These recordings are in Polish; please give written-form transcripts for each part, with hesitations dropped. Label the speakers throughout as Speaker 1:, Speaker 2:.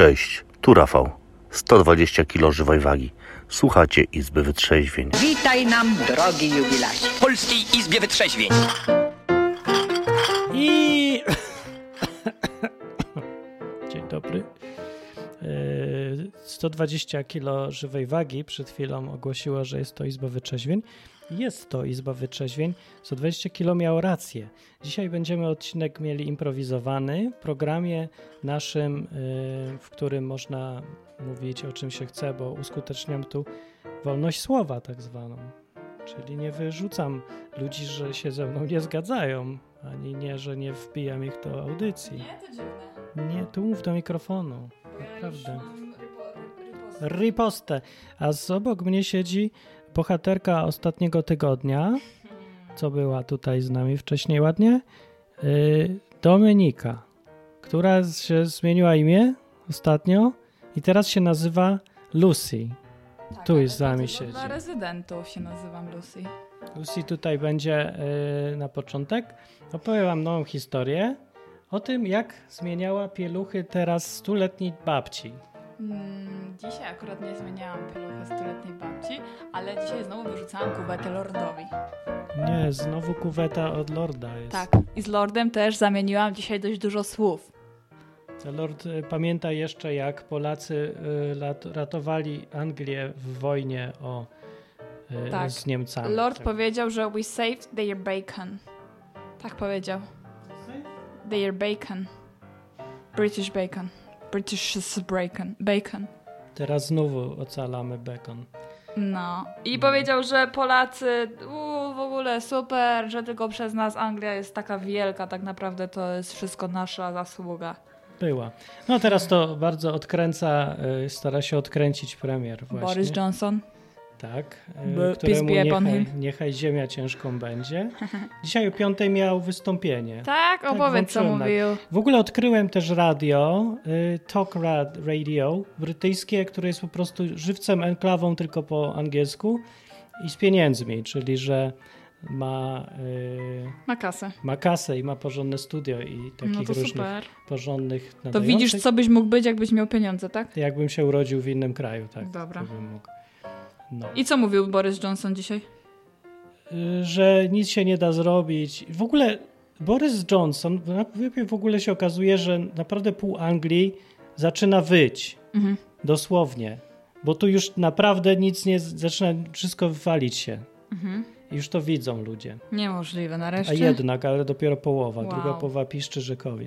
Speaker 1: Cześć, tu Rafał. 120 kg żywej wagi. Słuchacie Izby Wytrzeźwień.
Speaker 2: Witaj nam, drogi jubilacie.
Speaker 3: W Polskiej Izbie Wytrzeźwień.
Speaker 4: Dzień dobry. 120 kg żywej wagi przed chwilą ogłosiła, że jest to Izba Wytrzeźwień. Jest to Izba Wytrzeźwień. 120 kg miało rację. Dzisiaj będziemy odcinek mieli improwizowany w programie naszym, w którym można mówić o czym się chce, bo uskuteczniam tu wolność słowa tak zwaną. Czyli nie wyrzucam ludzi, że się ze mną nie zgadzają, ani nie, że nie wbijam ich do audycji.
Speaker 5: Nie, to dziwne.
Speaker 4: Nie, tu mów do mikrofonu. Naprawdę.
Speaker 5: Ja już mam
Speaker 4: Ripostę. A obok mnie siedzi bohaterka ostatniego tygodnia, co była tutaj z nami wcześniej ładnie, Dominika, która się zmieniła imię ostatnio i teraz się nazywa Lucy.
Speaker 5: Tak,
Speaker 4: Tu jest z nami siedzi.
Speaker 5: Dla rezydentów się nazywam Lucy.
Speaker 4: Lucy tutaj będzie na początek. Opowiem wam nową historię o tym, jak zmieniała pieluchy teraz 100-letniej babci.
Speaker 5: Dzisiaj akurat nie zmieniałam pieluchy 100-letniej babci, ale dzisiaj znowu wyrzucałam kuwetę Lordowi.
Speaker 4: Nie, znowu kuweta od Lorda jest.
Speaker 5: Tak, i z Lordem też zamieniłam dzisiaj dość dużo słów.
Speaker 4: Lord pamięta jeszcze, jak Polacy ratowali Anglię w wojnie
Speaker 5: Tak.
Speaker 4: z Niemcami.
Speaker 5: Lord
Speaker 4: Tak.
Speaker 5: powiedział, że we saved their bacon. Tak powiedział. Their bacon. British bacon. British bacon.
Speaker 4: Teraz znowu ocalamy bekon.
Speaker 5: No. I powiedział, że Polacy w ogóle super, że tylko przez nas Anglia jest taka wielka. Tak naprawdę to jest wszystko nasza zasługa.
Speaker 4: Była. No teraz to bardzo odkręca, stara się odkręcić premier właśnie.
Speaker 5: Boris Johnson.
Speaker 4: Tak.
Speaker 5: Peace
Speaker 4: Któremu
Speaker 5: be upon him.
Speaker 4: niechaj ziemia ciężką będzie. Dzisiaj o 5 miał wystąpienie.
Speaker 5: Tak, opowiedz co
Speaker 4: włączyłem
Speaker 5: mówił.
Speaker 4: W ogóle odkryłem też radio, Talk Radio brytyjskie, które jest po prostu żywcem enklawą tylko po angielsku i z pieniędzmi, czyli że
Speaker 5: Ma kasę.
Speaker 4: ma kasę i ma porządne studio i takich
Speaker 5: No to
Speaker 4: różnych
Speaker 5: super.
Speaker 4: porządnych
Speaker 5: To
Speaker 4: nadających.
Speaker 5: widzisz, co byś mógł być, jakbyś miał pieniądze, tak?
Speaker 4: Jakbym się urodził w innym kraju, tak.
Speaker 5: Dobra.
Speaker 4: To bym mógł. No.
Speaker 5: I co mówił Boris Johnson dzisiaj?
Speaker 4: Że nic się nie da zrobić. W ogóle Boris Johnson, w ogóle się okazuje, że naprawdę pół Anglii zaczyna wyć.
Speaker 5: Mhm.
Speaker 4: Dosłownie. Bo tu już naprawdę nic nie... Zaczyna wszystko walić się.
Speaker 5: Mhm.
Speaker 4: I już to widzą ludzie.
Speaker 5: Niemożliwe,
Speaker 4: A
Speaker 5: nareszcie.
Speaker 4: jednak, ale dopiero połowa.
Speaker 5: Wow.
Speaker 4: Druga połowa piszczy, że COVID.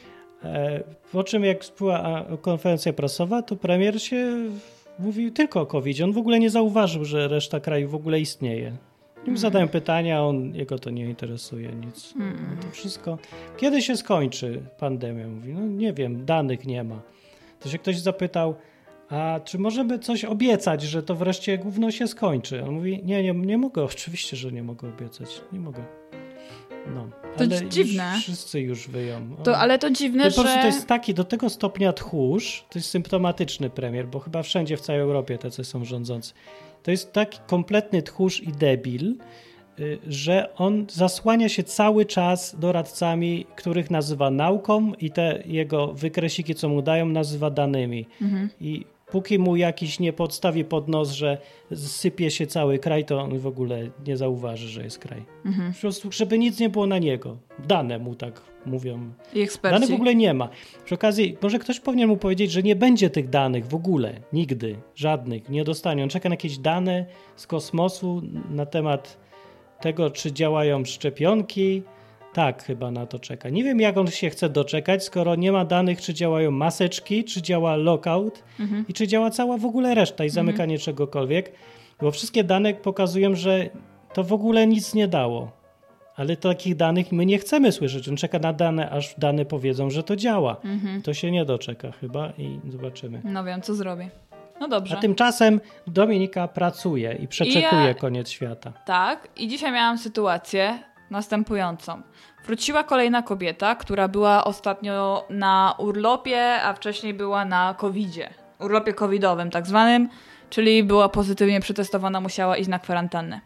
Speaker 4: Po czym jak była konferencja prasowa, to premier się mówił tylko o COVID. On w ogóle nie zauważył, że reszta kraju w ogóle istnieje. Nim zadają pytania, jego to nie interesuje nic. No to wszystko. Kiedy się skończy pandemia? Mówi, no nie wiem, danych nie ma. To się ktoś zapytał, a czy możemy coś obiecać, że to wreszcie gówno się skończy? On mówi, nie mogę, oczywiście, że nie mogę obiecać. Nie mogę. No,
Speaker 5: To
Speaker 4: ale
Speaker 5: dziwne.
Speaker 4: Wszyscy już wyją.
Speaker 5: Ale to dziwne,
Speaker 4: Po prostu
Speaker 5: że...
Speaker 4: to jest taki, do tego stopnia tchórz, to jest symptomatyczny premier, bo chyba wszędzie w całej Europie tacy są rządzący. To jest taki kompletny tchórz i debil, że on zasłania się cały czas doradcami, których nazywa nauką i te jego wykresiki, co mu dają, nazywa danymi. I póki mu jakiś nie podstawi pod nos, że sypie się cały kraj, to on w ogóle nie zauważy, że jest kraj. Po prostu, żeby nic nie było na niego. Dane mu tak mówią.
Speaker 5: I eksperci.
Speaker 4: Danych w ogóle nie ma. Przy okazji, może ktoś powinien mu powiedzieć, że nie będzie tych danych w ogóle. Nigdy. Żadnych. Nie dostanie. On czeka na jakieś dane z kosmosu na temat tego, czy działają szczepionki. Tak, chyba na to czeka. Nie wiem, jak on się chce doczekać, skoro nie ma danych, czy działają maseczki, czy działa lockout i czy działa cała w ogóle reszta i zamykanie czegokolwiek. Bo wszystkie dane pokazują, że to w ogóle nic nie dało. Ale takich danych my nie chcemy słyszeć. On czeka na dane, aż dane powiedzą, że to działa. To się nie doczeka chyba i zobaczymy.
Speaker 5: No wiem, co zrobi. No dobrze.
Speaker 4: A tymczasem Dominika pracuje i przeczekuje koniec świata.
Speaker 5: Tak. I dzisiaj miałam sytuację następującą. Wróciła kolejna kobieta, która była ostatnio na urlopie, a wcześniej była na COVID-zie. Urlopie covidowym tak zwanym, czyli była pozytywnie przetestowana, musiała iść na kwarantannę.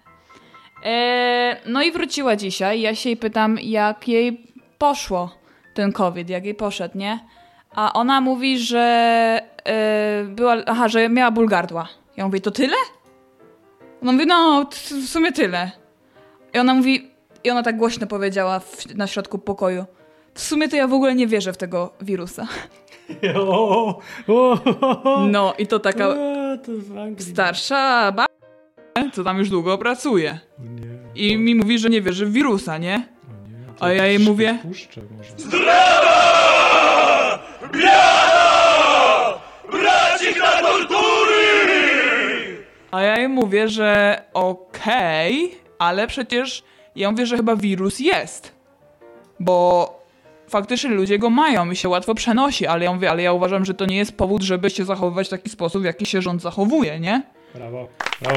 Speaker 5: No i wróciła dzisiaj. Ja się jej pytam, jak jej poszło ten COVID, jak jej poszedł, nie? A ona mówi, że że miała ból gardła. Ja mówię, to tyle? Ona mówi, no, w sumie tyle. I ona tak głośno powiedziała na środku pokoju. W sumie to ja w ogóle nie wierzę w tego wirusa. No i to taka starsza baba, co tam już długo pracuje. I mi mówi, że nie wierzy w wirusa, nie? A ja jej mówię...
Speaker 3: Zdrada! Biada! Bracik na tortury!
Speaker 5: A ja jej mówię, że okej, ale przecież ja mówię, że chyba wirus jest. Bo faktycznie ludzie go mają i się łatwo przenosi, ale ja mówię, ale ja uważam, że to nie jest powód, żeby się zachowywać w taki sposób, w jaki się rząd zachowuje, nie?
Speaker 4: Brawo.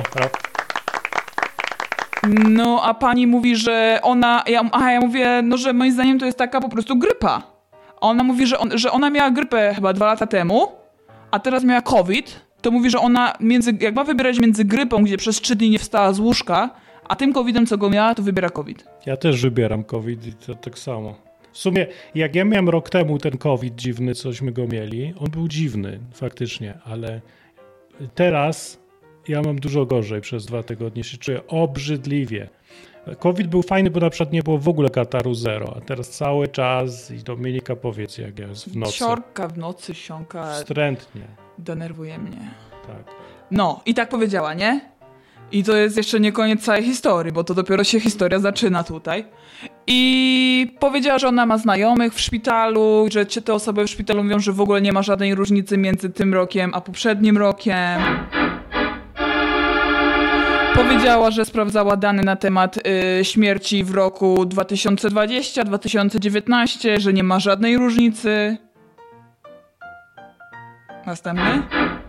Speaker 5: No, a pani mówi, że ja mówię, no, że moim zdaniem to jest taka po prostu grypa. A ona mówi, że ona miała grypę chyba 2 lata temu, a teraz miała COVID, to mówi, że ona jak ma wybierać między grypą, gdzie przez 3 dni nie wstała z łóżka, a tym COVID-em, co go miała, to wybiera COVID.
Speaker 4: Ja też wybieram COVID i to tak samo. W sumie, jak ja miałem rok temu ten COVID dziwny, cośmy go mieli, on był dziwny faktycznie, ale teraz ja mam dużo gorzej przez 2 tygodnie, się czuję obrzydliwie. COVID był fajny, bo na przykład nie było w ogóle kataru zero, a teraz cały czas i Dominika powiedz, jak jest w nocy.
Speaker 5: Siorka w nocy, siąka.
Speaker 4: Wstrętnie.
Speaker 5: Denerwuje mnie.
Speaker 4: Tak.
Speaker 5: No, i tak powiedziała, nie? I to jest jeszcze nie koniec całej historii, bo to dopiero się historia zaczyna tutaj. I powiedziała, że ona ma znajomych w szpitalu, że te osoby w szpitalu mówią, że w ogóle nie ma żadnej różnicy między tym rokiem a poprzednim rokiem. Powiedziała, że sprawdzała dane na temat śmierci w roku 2020-2019, że nie ma żadnej różnicy. Następny.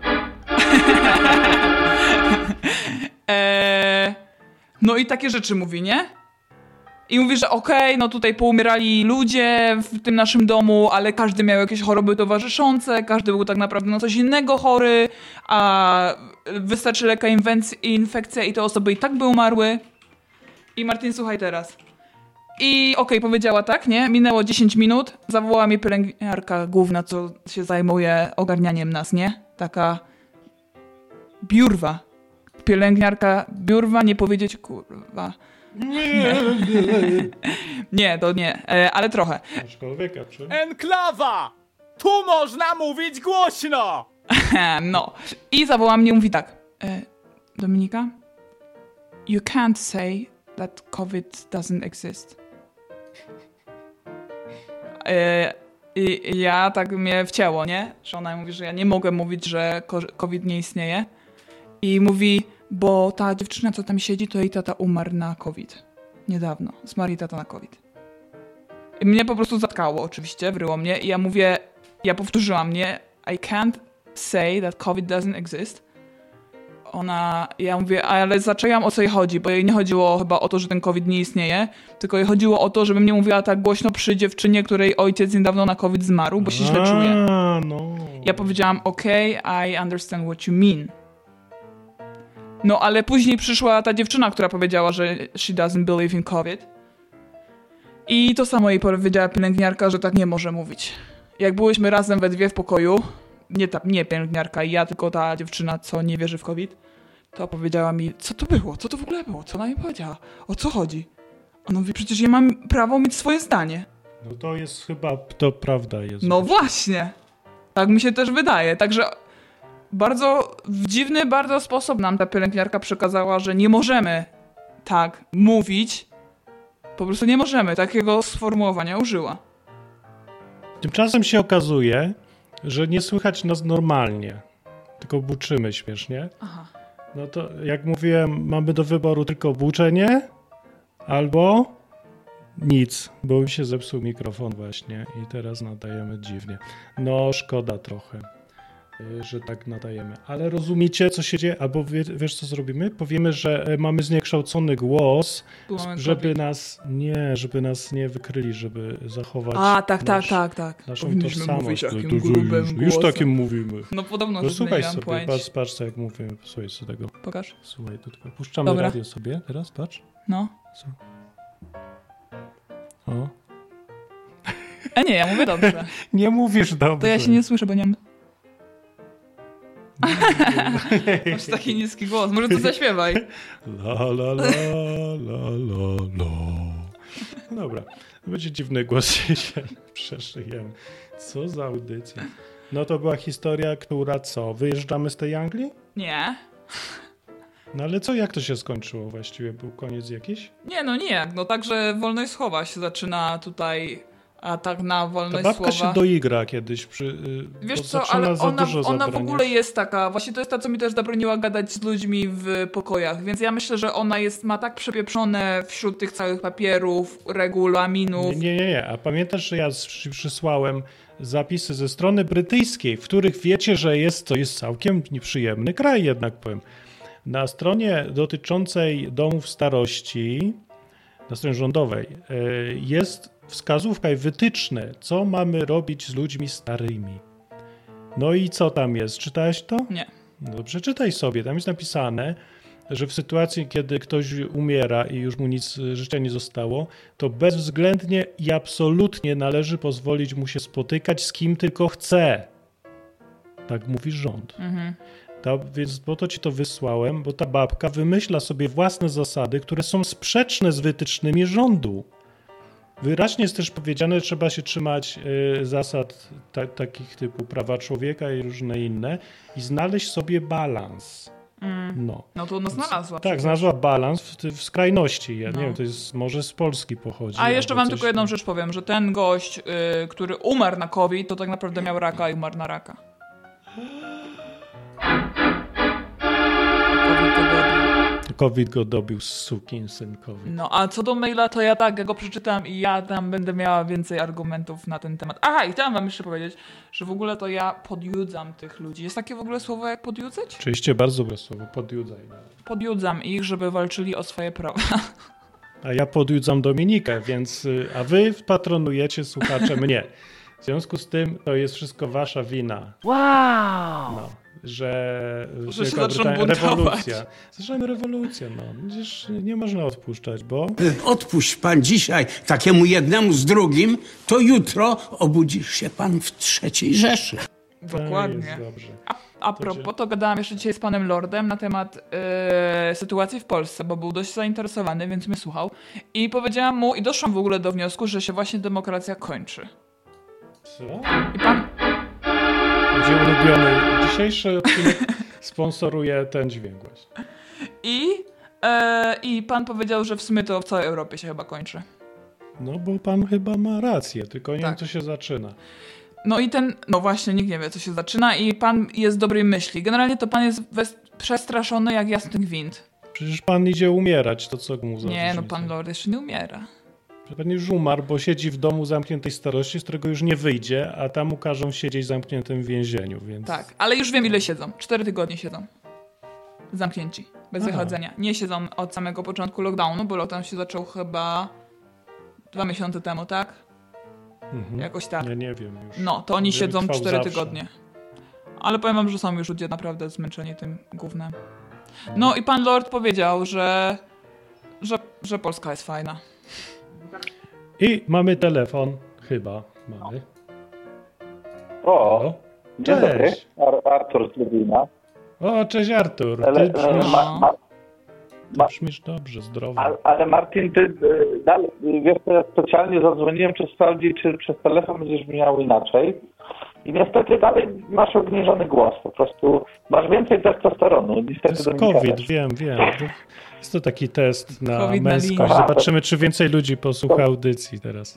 Speaker 5: No i takie rzeczy mówi, nie? I mówi, że okej, no tutaj poumierali ludzie w tym naszym domu, ale każdy miał jakieś choroby towarzyszące, każdy był tak naprawdę na coś innego chory, a wystarczy lekka infekcja i te osoby i tak by umarły. I Martin, słuchaj teraz. I powiedziała tak, nie? Minęło 10 minut, zawołała mnie pielęgniarka główna, co się zajmuje ogarnianiem nas, nie? Taka biurwa. Pielęgniarka biurwa, nie powiedzieć kurwa. Nie, to nie, ale trochę.
Speaker 3: Enklawa! Tu można mówić głośno!
Speaker 5: No. I zawołała mnie i mówi tak. Dominika, you can't say that COVID doesn't exist. I ja tak mnie wcięło, nie? Że ona mówi, że ja nie mogę mówić, że COVID nie istnieje. I mówi, bo ta dziewczyna, co tam siedzi, to jej tata umarł na COVID. Niedawno. Zmarł jej tata na COVID. I mnie po prostu zatkało oczywiście, wryło mnie. I ja powtórzyłam, nie? I can't say that COVID doesn't exist. Ja mówię, ale zaczęłam o co jej chodzi, bo jej nie chodziło chyba o to, że ten COVID nie istnieje, tylko jej chodziło o to, żebym nie mówiła tak głośno przy dziewczynie, której ojciec niedawno na COVID zmarł, bo się źle czuje.
Speaker 4: No.
Speaker 5: Ja powiedziałam, I understand what you mean. No, ale później przyszła ta dziewczyna, która powiedziała, że she doesn't believe in COVID. I to samo jej powiedziała pielęgniarka, że tak nie może mówić. Jak byłyśmy razem we dwie w pokoju, nie pielęgniarka i ja, tylko ta dziewczyna, co nie wierzy w COVID, to powiedziała mi, co to było, co to w ogóle było, co ona mi powiedziała, o co chodzi. Ona mówi, przecież ja mam prawo mieć swoje zdanie.
Speaker 4: No to jest chyba, to prawda jest.
Speaker 5: No właśnie. Tak mi się też wydaje. Także bardzo w dziwny bardzo sposób nam ta pielęgniarka przekazała, że nie możemy tak mówić. Po prostu nie możemy. Takiego sformułowania użyła.
Speaker 4: Tymczasem się okazuje, że nie słychać nas normalnie, tylko buczymy śmiesznie.
Speaker 5: Aha.
Speaker 4: No to jak mówiłem, mamy do wyboru tylko buczenie albo nic, bo mi się zepsuł mikrofon właśnie i teraz nadajemy dziwnie. No szkoda trochę, że tak nadajemy. Ale rozumiecie, co się dzieje? Albo wiesz, co zrobimy? Powiemy, że mamy zniekształcony głos, żeby nas nie wykryli, żeby zachować
Speaker 5: tak.
Speaker 4: naszą
Speaker 5: Powinniśmy
Speaker 4: tożsamość.
Speaker 5: mówić takim grubym
Speaker 4: Już
Speaker 5: głosem.
Speaker 4: takim mówimy.
Speaker 5: No podobno,
Speaker 4: No
Speaker 5: że
Speaker 4: słuchaj
Speaker 5: zmieniłam
Speaker 4: sobie,
Speaker 5: płeć.
Speaker 4: patrz jak mówimy. Słuchaj co tego.
Speaker 5: Pokaż.
Speaker 4: Słuchaj, to tylko puszczamy
Speaker 5: Dobra.
Speaker 4: radio sobie. Teraz patrz.
Speaker 5: No.
Speaker 4: Co? O.
Speaker 5: Nie, ja mówię dobrze.
Speaker 4: Nie mówisz dobrze.
Speaker 5: To ja się nie słyszę, bo nie mam... Masz taki niski głos. Może ty zaśpiewaj.
Speaker 4: La, la, la, la, la, la. Dobra. Będzie dziwny głos dzisiaj. Przeszyjemy. Co za audycja. No to była historia, która co? Wyjeżdżamy z tej Anglii?
Speaker 5: Nie.
Speaker 4: No ale co, jak to się skończyło właściwie? Był koniec jakiś?
Speaker 5: Nie, no nie. No także wolność słowa się zaczyna tutaj, a tak na
Speaker 4: Ta
Speaker 5: wolność
Speaker 4: babka
Speaker 5: słowa.
Speaker 4: się doigra kiedyś.
Speaker 5: Wiesz
Speaker 4: bo
Speaker 5: co,
Speaker 4: zaczyna
Speaker 5: ale
Speaker 4: za dużo
Speaker 5: ona w
Speaker 4: zabraniać.
Speaker 5: ogóle jest taka, właśnie to jest ta, co mi też zabroniła gadać z ludźmi w pokojach, więc ja myślę, że ona ma tak przepieprzone wśród tych całych papierów, regulaminów.
Speaker 4: Nie. A pamiętasz, że ja przysłałem zapisy ze strony brytyjskiej, w których wiecie, że to jest całkiem nieprzyjemny kraj, jednak powiem. Na stronie dotyczącej domów starości, na stronie rządowej, jest wskazówka i wytyczne, co mamy robić z ludźmi starymi. No i co tam jest? Czytałeś to?
Speaker 5: Nie.
Speaker 4: No, przeczytaj sobie. Tam jest napisane, że w sytuacji, kiedy ktoś umiera i już mu nic życia nie zostało, to bezwzględnie i absolutnie należy pozwolić mu się spotykać z kim tylko chce. Tak mówi rząd. Więc po to ci to wysłałem, bo ta babka wymyśla sobie własne zasady, które są sprzeczne z wytycznymi rządu. Wyraźnie jest też powiedziane, że trzeba się trzymać zasad takich typu prawa człowieka i różne inne i znaleźć sobie balans.
Speaker 5: No to ona znalazła.
Speaker 4: Tak, znalazła balans w skrajności. Ja
Speaker 5: No.
Speaker 4: nie wiem, to jest może z Polski pochodzi.
Speaker 5: A jeszcze
Speaker 4: albo
Speaker 5: wam
Speaker 4: coś
Speaker 5: tylko jedną rzecz powiem, że ten gość, który umarł na COVID, to tak naprawdę miał raka i umarł na raka.
Speaker 4: COVID go dobił, sukinsyn COVID.
Speaker 5: No, a co do maila, to ja go przeczytam i ja tam będę miała więcej argumentów na ten temat. Aha, i chciałam wam jeszcze powiedzieć, że w ogóle to ja podjudzam tych ludzi. Jest takie w ogóle słowo jak podjudzać?
Speaker 4: Oczywiście bardzo dobre słowo, podjudzaj.
Speaker 5: Podjudzam ich, żeby walczyli o swoje prawa.
Speaker 4: A ja podjudzam Dominikę, więc a wy patronujecie, słuchacze, mnie. W związku z tym to jest wszystko wasza wina. Wow! No, że
Speaker 5: Że się
Speaker 4: Wielka
Speaker 5: zaczną
Speaker 4: Brytania-
Speaker 5: buntować.
Speaker 4: rewolucja. Zaczynamy rewolucję, no. Przecież nie można odpuszczać, bo
Speaker 6: Odpuść pan dzisiaj takiemu jednemu z drugim, to jutro obudzisz się pan w III Rzeszy.
Speaker 5: Dokładnie.
Speaker 4: jest dobrze.
Speaker 5: A propos, to gadałam jeszcze dzisiaj z panem Lordem na temat sytuacji w Polsce, bo był dość zainteresowany, więc mnie słuchał. I powiedziałam mu, i doszłam w ogóle do wniosku, że się właśnie demokracja kończy.
Speaker 4: Co?
Speaker 5: I pan...
Speaker 4: Będzie ulubiony. Dzisiejszy odcinek sponsoruje ten dźwięk właśnie.
Speaker 5: I pan powiedział, że w sumie to w całej Europie się chyba kończy.
Speaker 4: No bo pan chyba ma rację, tylko nie wiem,
Speaker 5: Tak.
Speaker 4: co się zaczyna.
Speaker 5: No i no właśnie, nikt nie wie, co się zaczyna i pan jest dobrej myśli. Generalnie to pan jest przestraszony jak jasny gwint.
Speaker 4: Przecież pan idzie umierać, to co mu za
Speaker 5: Nie, no
Speaker 4: różnica?
Speaker 5: pan Lord jeszcze nie umiera.
Speaker 4: Pan już umarł, bo siedzi w domu zamkniętej starości, z którego już nie wyjdzie, a tam mu każą siedzieć zamkniętym w więzieniu, więc...
Speaker 5: Tak, ale już wiem ile siedzą. 4 tygodnie siedzą. Zamknięci, bez
Speaker 4: Aha.
Speaker 5: wychodzenia. Nie siedzą od samego początku lockdownu, bo lockdown się zaczął chyba 2 miesiące temu, tak?
Speaker 4: Mhm.
Speaker 5: Jakoś tak.
Speaker 4: Ja nie wiem już.
Speaker 5: No, to oni
Speaker 4: Żeby
Speaker 5: siedzą
Speaker 4: trwał
Speaker 5: 4
Speaker 4: zawsze.
Speaker 5: tygodnie. Ale powiem wam, że są już ludzie naprawdę zmęczeni tym gównem. No i pan Lord powiedział, że Polska jest fajna.
Speaker 4: I mamy telefon, chyba mamy.
Speaker 7: O, dzień dobry.
Speaker 4: Cześć.
Speaker 7: Artur z Lublina.
Speaker 4: O, cześć Artur.
Speaker 7: Ale,
Speaker 4: Ty brzmisz,
Speaker 7: ma-
Speaker 4: brzmisz dobrze, zdrowo.
Speaker 7: ale Martin, ty dalej, wiesz, to ja specjalnie zadzwoniłem, czy sprawdzić, czy przez telefon będziesz brzmiał inaczej. I niestety dalej masz obniżony głos. Po prostu masz więcej testosteronu.
Speaker 4: To
Speaker 7: Niestety
Speaker 4: jest
Speaker 7: Dominika
Speaker 4: COVID,
Speaker 7: też.
Speaker 4: wiem. Jest to taki test na
Speaker 5: COVID na
Speaker 4: męskość.
Speaker 5: linii.
Speaker 4: Zobaczymy, czy więcej ludzi posłucha audycji teraz.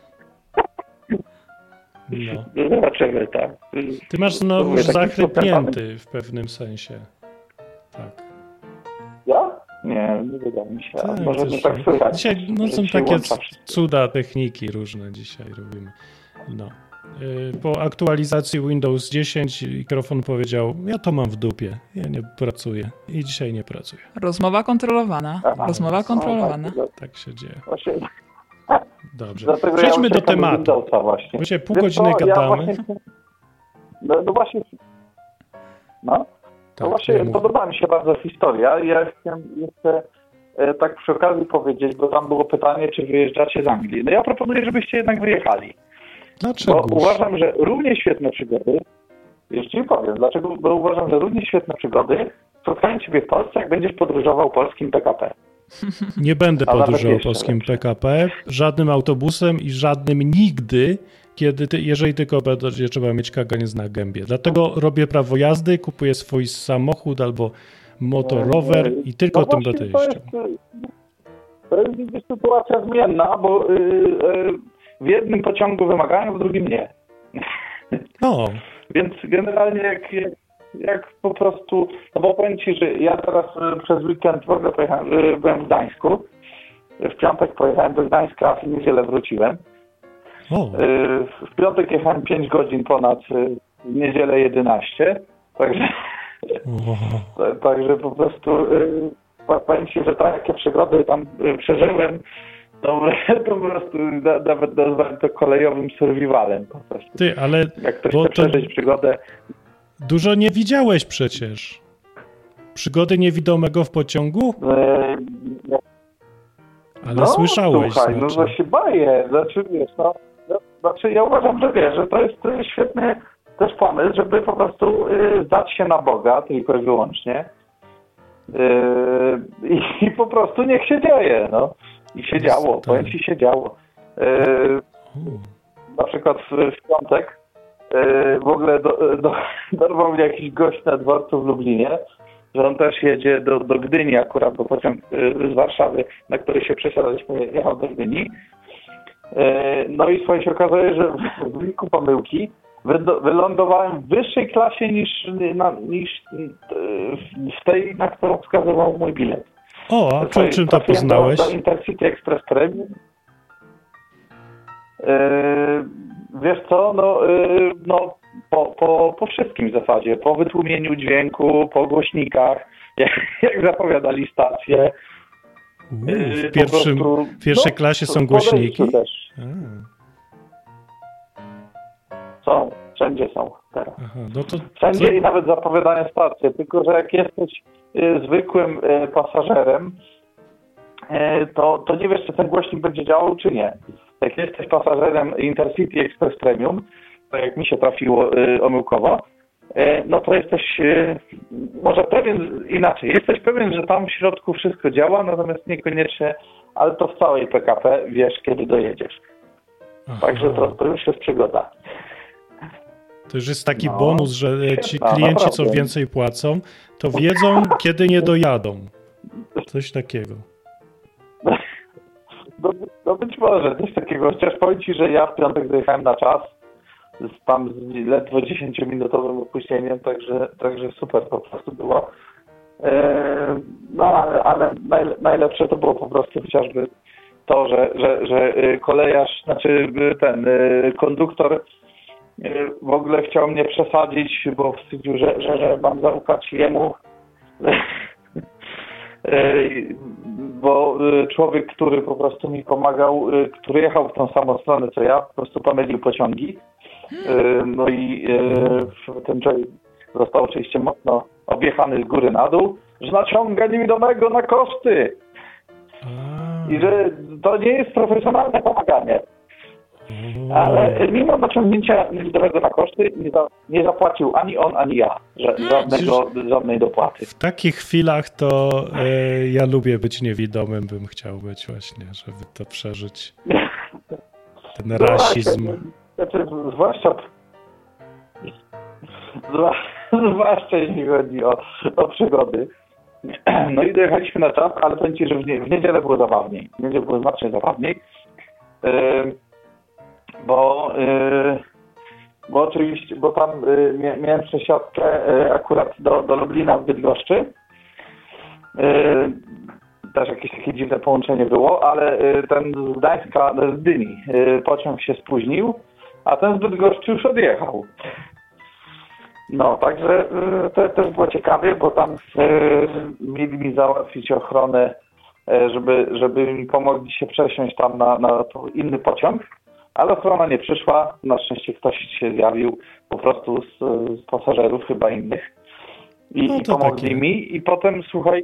Speaker 4: No.
Speaker 7: Zobaczymy, tak.
Speaker 4: Ty masz znowu
Speaker 7: Mówię, taki
Speaker 4: zachrypnięty w pewnym sensie. Tak.
Speaker 7: Ja? Nie wydaje mi się. A
Speaker 4: Tak,
Speaker 7: może
Speaker 4: coś-
Speaker 7: nie tak słychać.
Speaker 4: Dzisiaj no,
Speaker 7: że
Speaker 4: są
Speaker 7: się
Speaker 4: takie
Speaker 7: łącza wszystko.
Speaker 4: cuda techniki różne dzisiaj robimy. No. Po aktualizacji Windows 10 mikrofon powiedział, ja to mam w dupie, ja nie pracuję i dzisiaj nie pracuję.
Speaker 5: Rozmowa kontrolowana.
Speaker 7: Aha.
Speaker 5: Rozmowa kontrolowana.
Speaker 7: No,
Speaker 4: Tak się dzieje.
Speaker 7: właśnie,
Speaker 4: Dobrze.
Speaker 7: dlatego
Speaker 4: Przejdźmy
Speaker 7: ja
Speaker 4: do
Speaker 7: uciekam
Speaker 4: tematu.
Speaker 7: Windowsa właśnie.
Speaker 4: Bo dzisiaj pół
Speaker 7: Wiesz
Speaker 4: godziny
Speaker 7: co,
Speaker 4: gadamy.
Speaker 7: Ja właśnie, no właśnie. No.
Speaker 4: Tak,
Speaker 7: No właśnie,
Speaker 4: ja mówię.
Speaker 7: podoba mi się bardzo historia. Ja chciałem jeszcze tak przy okazji powiedzieć, bo tam było pytanie, czy wyjeżdżacie z Anglii. No ja proponuję, żebyście jednak wyjechali.
Speaker 4: Dlaczego?
Speaker 7: Bo uważam, że równie świetne przygody, już ci powiem, dlaczego, bo uważam, że równie świetne przygody spotkają ciebie w Polsce, jak będziesz podróżował polskim PKP.
Speaker 4: Nie będę
Speaker 7: A nawet
Speaker 4: podróżował
Speaker 7: jeszcze
Speaker 4: polskim
Speaker 7: lepsze.
Speaker 4: PKP, żadnym autobusem i żadnym nigdy, jeżeli tylko będzie trzeba mieć kaganiec na gębie. Dlatego robię prawo jazdy, kupuję swój samochód albo motorower i tylko tym
Speaker 7: właśnie
Speaker 4: będę
Speaker 7: to
Speaker 4: jeździł.
Speaker 7: To jest niby sytuacja zmienna, bo w jednym pociągu wymagają, w drugim nie.
Speaker 4: No,
Speaker 7: Więc generalnie jak po prostu, no bo powiem ci, że ja teraz przez weekend w ogóle byłem w Gdańsku. W piątek pojechałem do Gdańska, a w niedzielę wróciłem.
Speaker 4: o,
Speaker 7: W piątek jechałem 5 godzin ponad, w niedzielę 11. Także po prostu powiem ci, że takie przygody tam przeżyłem, to po prostu nawet nazwałem to kolejowym survivalem po prostu.
Speaker 4: ty, ale
Speaker 7: Jak ktoś
Speaker 4: bo
Speaker 7: chce
Speaker 4: to
Speaker 7: przeżyć przygodę,
Speaker 4: dużo nie widziałeś przecież. Przygody niewidomego w pociągu? Ale słyszałeś.
Speaker 7: Słuchaj, no
Speaker 4: znaczy.
Speaker 7: to się baję. Znaczy, wiesz, znaczy ja uważam, że wiesz, że to jest świetny też pomysł, żeby po prostu zdać się na Boga tylko i wyłącznie. I po prostu niech się dzieje, no. I się działo,
Speaker 4: Tak.
Speaker 7: powiem ci, się działo. Na przykład w piątek w ogóle dorwał mnie jakiś gość na dworcu w Lublinie, że on też jedzie do Gdyni akurat, bo pociąg z Warszawy, na który się przesiadaliśmy, jechał do Gdyni. No i swoje się okazuje, że w wyniku pomyłki wylądowałem w wyższej klasie niż w tej, na którą wskazywał mój bilet.
Speaker 4: O, a czym to
Speaker 7: Trafiłem
Speaker 4: poznałeś?
Speaker 7: do Intercity Express Premium. Wiesz co, po wszystkim w zasadzie, po wytłumieniu dźwięku, po głośnikach, jak zapowiadali stacje.
Speaker 4: W pierwszej klasie są głośniki?
Speaker 7: Też. Są, wszędzie są teraz.
Speaker 4: Aha, no to
Speaker 7: Wszędzie i nawet zapowiadane stacje, tylko że jak jesteś zwykłym pasażerem, to nie wiesz, czy ten głośnik będzie działał, czy nie. Jak jesteś pasażerem Intercity Express Premium, to jak mi się trafiło omyłkowo, no to jesteś może pewien, inaczej, jesteś pewien, że tam w środku wszystko działa, natomiast niekoniecznie, ale to w całej PKP wiesz, kiedy dojedziesz. Także to już jest przygoda.
Speaker 4: To już jest taki bonus, że ci
Speaker 7: świetna,
Speaker 4: klienci, co
Speaker 7: naprawdę.
Speaker 4: więcej płacą, to wiedzą, kiedy nie dojadą. Coś takiego.
Speaker 7: No być może, coś takiego. Chociaż powiem ci, że ja w piątek dojechałem na czas, tam z ledwo 10-minutowym opóźnieniem, także super po prostu było. No ale najlepsze to było po prostu chociażby to, że kolejarz, znaczy ten konduktor w ogóle chciał mnie przesadzić, bo wstydził, że mam zaufać jemu. Bo człowiek, który po prostu mi pomagał, który jechał w tą samą stronę co ja, po prostu pomylił pociągi. No i ten człowiek został oczywiście mocno objechany z góry na dół, że naciąga niewidomego na koszty. I że to nie jest profesjonalne pomaganie. Ale mimo naciągnięcia niewidomego na koszty nie zapłacił ani on, ani ja żadnej dopłaty.
Speaker 4: W takich chwilach to ja lubię być niewidomym, bym chciał być właśnie, żeby to przeżyć. Ten rasizm.
Speaker 7: Znaczy, zwłaszcza jeśli chodzi o przygody. No i dojechaliśmy na czas, ale powiem ci, że w niedzielę było zabawniej. W niedzielę było znacznie zabawniej. Bo oczywiście, bo tam miałem przesiadkę akurat do Lublina w Bydgoszczy. Też jakieś takie dziwne połączenie było, ale ten z Gdańska, z Gdyni pociąg się spóźnił, a ten z Bydgoszczy już odjechał. No, także to też było ciekawie, bo tam mieli mi załatwić ochronę, żeby mi pomogli się przesiąść tam na inny pociąg. Ale ochrona nie przyszła, na szczęście ktoś się zjawił po prostu z pasażerów chyba innych i pomogli takie mi i potem słuchaj,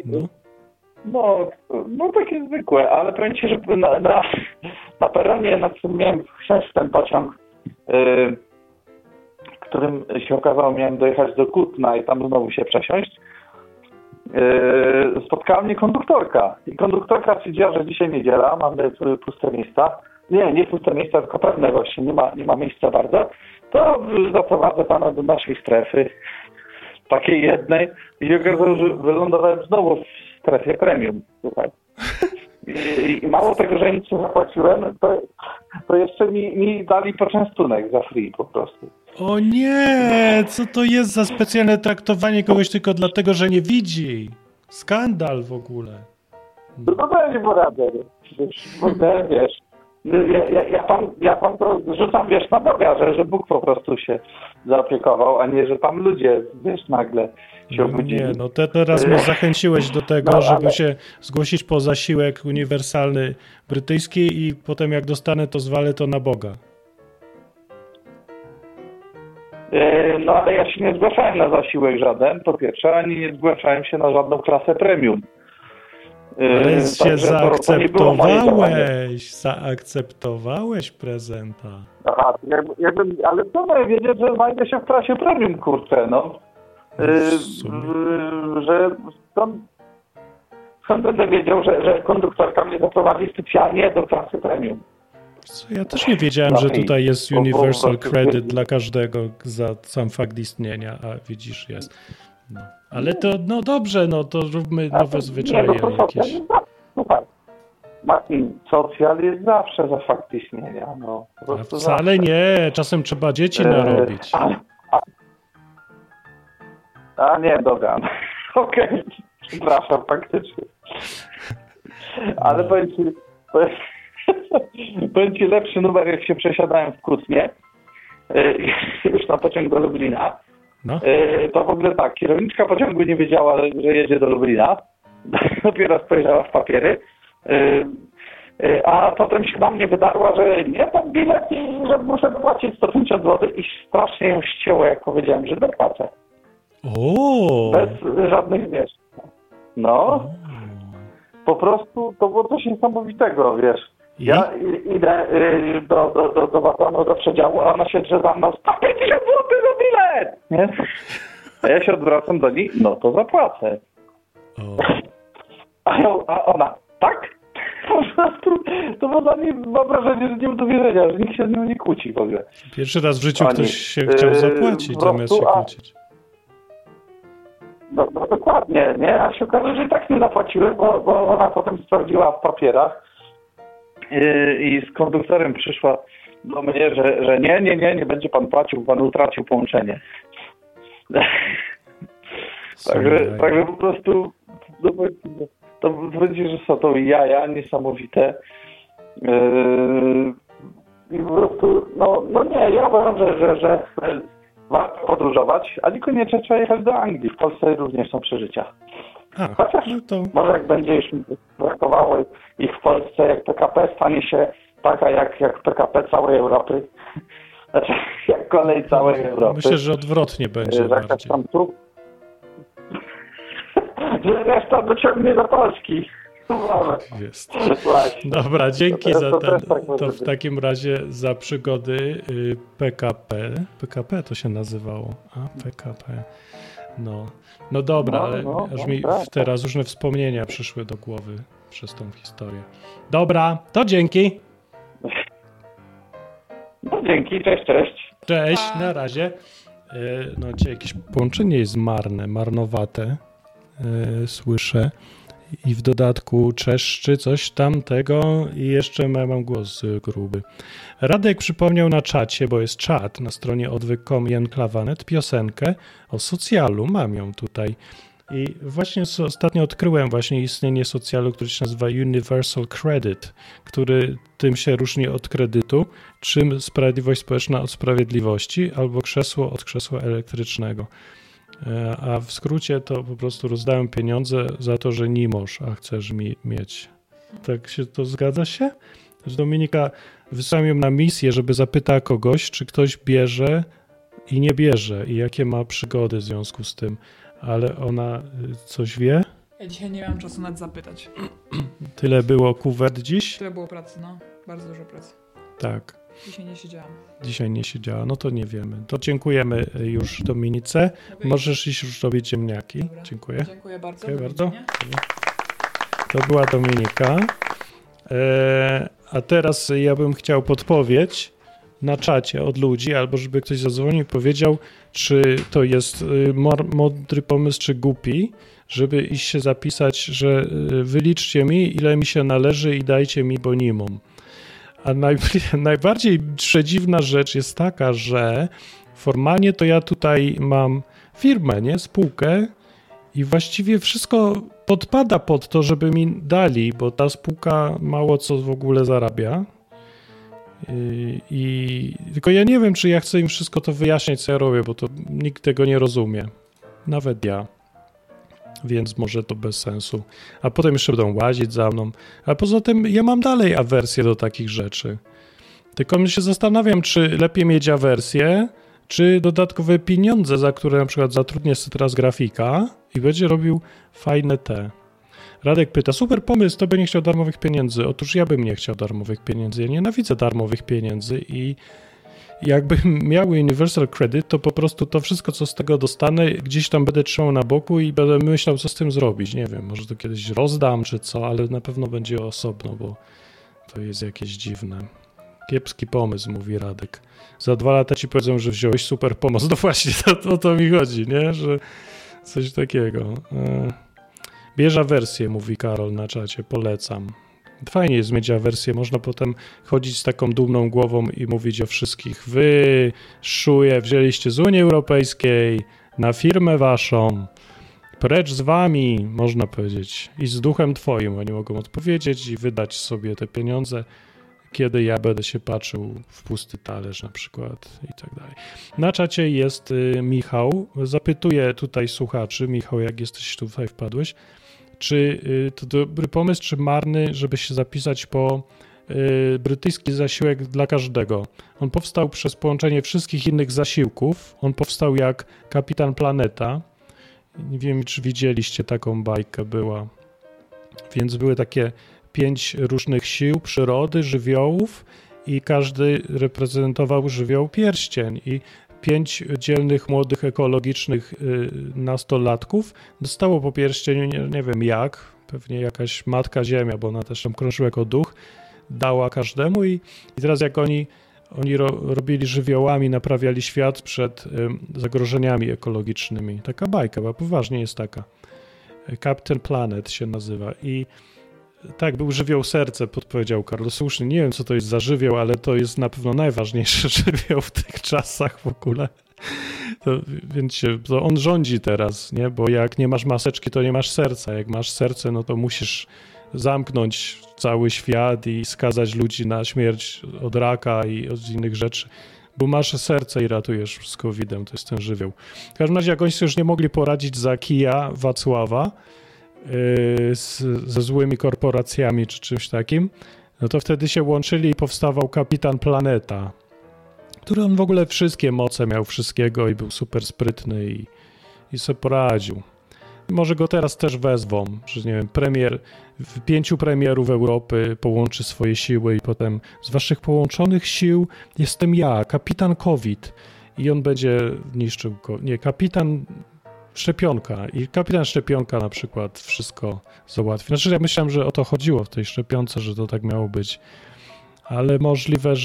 Speaker 7: no takie zwykłe, ale powiem ci, że na peronie, na którym miałem wsiąść w ten pociąg, którym się okazało, miałem dojechać do Kutna i tam znowu się przesiąść, spotkała mnie konduktorka. I konduktorka stwierdziła, że dzisiaj niedziela, mamy puste miejsca. Nie puste miejsca, tylko pewne właśnie, nie ma miejsca bardzo. To zaprowadzę pana do naszej strefy, takiej jednej. I się okazało, że wylądowałem znowu w strefie premium. Słuchaj. I mało tego, że nic nie zapłaciłem, to jeszcze mi dali poczęstunek za free po prostu.
Speaker 4: O nie, co to jest za specjalne traktowanie kogoś tylko dlatego, że nie widzi? Skandal w ogóle.
Speaker 7: No to nie poradzę. Wiesz, ja pan to rzucam, wiesz, na Boga, że Bóg po prostu się zaopiekował, a nie, że tam ludzie, wiesz, nagle się obudzili.
Speaker 4: Nie, no teraz mnie zachęciłeś do tego, żeby się zgłosić po zasiłek uniwersalny brytyjski i potem jak dostanę, to zwalę to na Boga.
Speaker 7: No ale ja się nie zgłaszałem na zasiłek żaden, po pierwsze, ani nie zgłaszałem się na żadną klasę premium.
Speaker 4: Ale się zaakceptowałeś prezenta.
Speaker 7: Aha, ale co mają wiedzieć, że znajdę się w klasie premium, kurczę, no. Że skąd będę wiedział, że konduktorka mnie zaprowadzi specjalnie do klasy premium.
Speaker 4: Co, ja też nie wiedziałem, że tutaj jest Universal Credit dla każdego za sam fakt istnienia, a widzisz, jest. No. Ale to, no dobrze, no to róbmy nowe zwyczaje jakieś.
Speaker 7: Słuchaj, Martin, socjal jest zawsze za fakt istnienia. No,
Speaker 4: wcale zawsze. Nie, czasem trzeba dzieci narobić.
Speaker 7: A nie, dogan. Okej, przepraszam, faktycznie. Ale powiem ci lepszy numer, jak się przesiadałem w Kutnie, już na pociąg do Lublina. No. To w ogóle tak, kierowniczka pociągu nie wiedziała, że jedzie do Lublina. Dopiero spojrzała w papiery. A potem się na mnie wydarła, że nie mam bilet i że muszę dopłacić 150 zł i strasznie ją ścięło, jak powiedziałem, że dopłacę. Bez żadnych, wiesz. No. Po prostu to było coś niesamowitego, wiesz. Ja idę do wagonu, do przedziału, a ona się drze za mną, 150 zł za bilet! Nie? A ja się odwracam do niej, no to zapłacę. A ona, tak? Po prostu to było dla mnie, mam wrażenie, że nie ma do wierzenia, że nikt się z nią nie kłóci w ogóle.
Speaker 4: Pierwszy raz w życiu ktoś się chciał zapłacić, zamiast się kłócić.
Speaker 7: No dokładnie, nie? A się okazało, że i tak nie zapłaciłem, bo ona potem sprawdziła w papierach i z konduktorem przyszła do mnie, że nie będzie pan płacił, pan utracił połączenie. Także po prostu to będzie, że są to jaja niesamowite. I po prostu, no nie, ja uważam, że warto podróżować, a niekoniecznie trzeba jechać do Anglii. W Polsce również są przeżycia. Chociaż może jak będzie już brakowało ich w Polsce, jak PKP stanie się taka jak PKP całej Europy. Znaczy, jak kolej całej Europy.
Speaker 4: Myślę, że odwrotnie będzie bardziej.
Speaker 7: Że reszta dociągnie do Polski.
Speaker 4: Jest. Dobra, dzięki to w takim razie za przygody PKP. PKP to się nazywało. PKP. No dobra, ale aż mi teraz różne wspomnienia przyszły do głowy przez tą historię. Dobra, to dzięki.
Speaker 7: No dzięki, cześć.
Speaker 4: Cześć, na razie. No dzisiaj jakieś połączenie jest marnowate. Słyszę. I w dodatku czeszczy coś tamtego i jeszcze mam głos gruby. Radek przypomniał na czacie, bo jest czat na stronie odwyk.com i enklawa.net, piosenkę o socjalu. Mam ją tutaj. I właśnie ostatnio odkryłem właśnie istnienie socjalu, który się nazywa Universal Credit, który tym się różni od kredytu, czym sprawiedliwość społeczna od sprawiedliwości, albo krzesło od krzesła elektrycznego. A w skrócie to po prostu rozdałem pieniądze za to, że nie możesz, a chcesz mi mieć. Tak się to zgadza się? Że Dominika, wysłałem ją na misję, żeby zapytała kogoś, czy ktoś bierze i nie bierze i jakie ma przygody w związku z tym. Ale ona coś wie?
Speaker 5: Ja dzisiaj nie miałam czasu nawet zapytać.
Speaker 4: Tyle było kuwet dziś?
Speaker 5: Tyle było pracy, no. Bardzo dużo pracy.
Speaker 4: Tak.
Speaker 5: Dzisiaj nie siedziałam.
Speaker 4: Dzisiaj nie siedziała, no to nie wiemy. To dziękujemy już Dominice. Możesz iść już robić ziemniaki.
Speaker 5: Dobra.
Speaker 4: Dziękuję.
Speaker 5: Dziękuję bardzo.
Speaker 4: Dziękuję
Speaker 5: Do
Speaker 4: bardzo.
Speaker 5: widzenia.
Speaker 4: To była Dominika. A teraz ja bym chciał podpowiedź na czacie od ludzi, albo żeby ktoś zadzwonił i powiedział, czy to jest mądry pomysł, czy głupi, żeby iść się zapisać, że wyliczcie mi, ile mi się należy i dajcie mi bonimum. A najbardziej przedziwna rzecz jest taka, że formalnie to ja tutaj mam firmę, nie? Spółkę i właściwie wszystko podpada pod to, żeby mi dali, bo ta spółka mało co w ogóle zarabia. Tylko ja nie wiem, czy ja chcę im wszystko to wyjaśniać, co ja robię, bo to nikt tego nie rozumie. Nawet ja. Więc może to bez sensu. A potem jeszcze będą łazić za mną. A poza tym ja mam dalej awersję do takich rzeczy. Tylko się zastanawiam, czy lepiej mieć awersję, czy dodatkowe pieniądze, za które na przykład zatrudnię sobie teraz grafika i będzie robił fajne te. Radek pyta, super pomysł, to by nie chciał darmowych pieniędzy. Otóż ja bym nie chciał darmowych pieniędzy. Ja nienawidzę darmowych pieniędzy i jakbym miał Universal Credit, to po prostu to wszystko, co z tego dostanę, gdzieś tam będę trzymał na boku i będę myślał, co z tym zrobić. Nie wiem, może to kiedyś rozdam czy co, ale na pewno będzie osobno, bo to jest jakieś dziwne. Kiepski pomysł, mówi Radek. Za 2 lata ci powiedzą, że wziąłeś super pomoc. No właśnie, o to mi chodzi, nie? Że coś takiego. Bierz awersję, mówi Karol na czacie, polecam. Fajnie jest mieć awersję, można potem chodzić z taką dumną głową i mówić o wszystkich. Wy, szuje, wzięliście z Unii Europejskiej na firmę waszą, precz z wami, można powiedzieć, i z duchem twoim. Oni mogą odpowiedzieć i wydać sobie te pieniądze, kiedy ja będę się patrzył w pusty talerz na przykład i tak dalej. Na czacie jest Michał, zapytuję tutaj słuchaczy, Michał, jak jesteś tutaj wpadłeś, czy to dobry pomysł, czy marny, żeby się zapisać po brytyjski zasiłek dla każdego. On powstał przez połączenie wszystkich innych zasiłków. On powstał jak Kapitan Planeta. Nie wiem, czy widzieliście, taką bajkę była. Więc były takie 5 różnych sił przyrody, żywiołów i każdy reprezentował żywioł pierścień i 5 dzielnych, młodych, ekologicznych nastolatków dostało po pierścieniu, nie wiem jak, pewnie jakaś Matka Ziemia, bo ona też tam krążyła jako duch, dała każdemu i teraz jak oni robili żywiołami, naprawiali świat przed zagrożeniami ekologicznymi. Taka bajka, bo poważnie jest taka. Captain Planet się nazywa i tak, był żywioł serce, podpowiedział Karol. Słusznie, nie wiem, co to jest za żywioł, ale to jest na pewno najważniejszy żywioł w tych czasach w ogóle. To on rządzi teraz, nie? Bo jak nie masz maseczki, to nie masz serca. Jak masz serce, no to musisz zamknąć cały świat i skazać ludzi na śmierć od raka i od innych rzeczy, bo masz serce i ratujesz z COVID-em. To jest ten żywioł. W każdym razie, jak oni sobie już nie mogli poradzić za kija Wacława, ze złymi korporacjami czy czymś takim, no to wtedy się łączyli i powstawał Kapitan Planeta, który on w ogóle wszystkie moce miał, wszystkiego i był super sprytny i sobie poradził. Może go teraz też wezwą, że nie wiem, 5 premierów Europy połączy swoje siły i potem z waszych połączonych sił jestem ja, Kapitan COVID i on będzie niszczył, Kapitan Szczepionka i Kapitan Szczepionka na przykład wszystko załatwi. Znaczy ja myślałem, że o to chodziło w tej szczepionce, że to tak miało być, ale możliwe,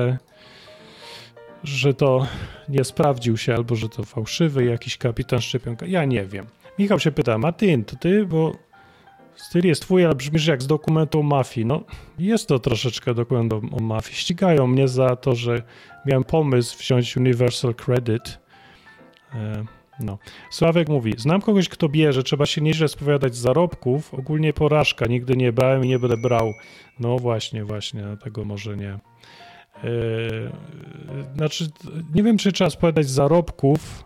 Speaker 4: że to nie sprawdził się albo że to fałszywy jakiś Kapitan Szczepionka. Ja nie wiem. Michał się pyta, Martin, to ty, bo styl jest twój, ale brzmisz jak z dokumentu o mafii. No jest to troszeczkę dokument o mafii. Ścigają mnie za to, że miałem pomysł wziąć Universal Credit. No. Sławek mówi, znam kogoś, kto bierze, trzeba się nieźle spowiadać z zarobków, ogólnie porażka, nigdy nie brałem i nie będę brał. No właśnie, tego może nie. Znaczy, nie wiem, czy trzeba spowiadać z zarobków,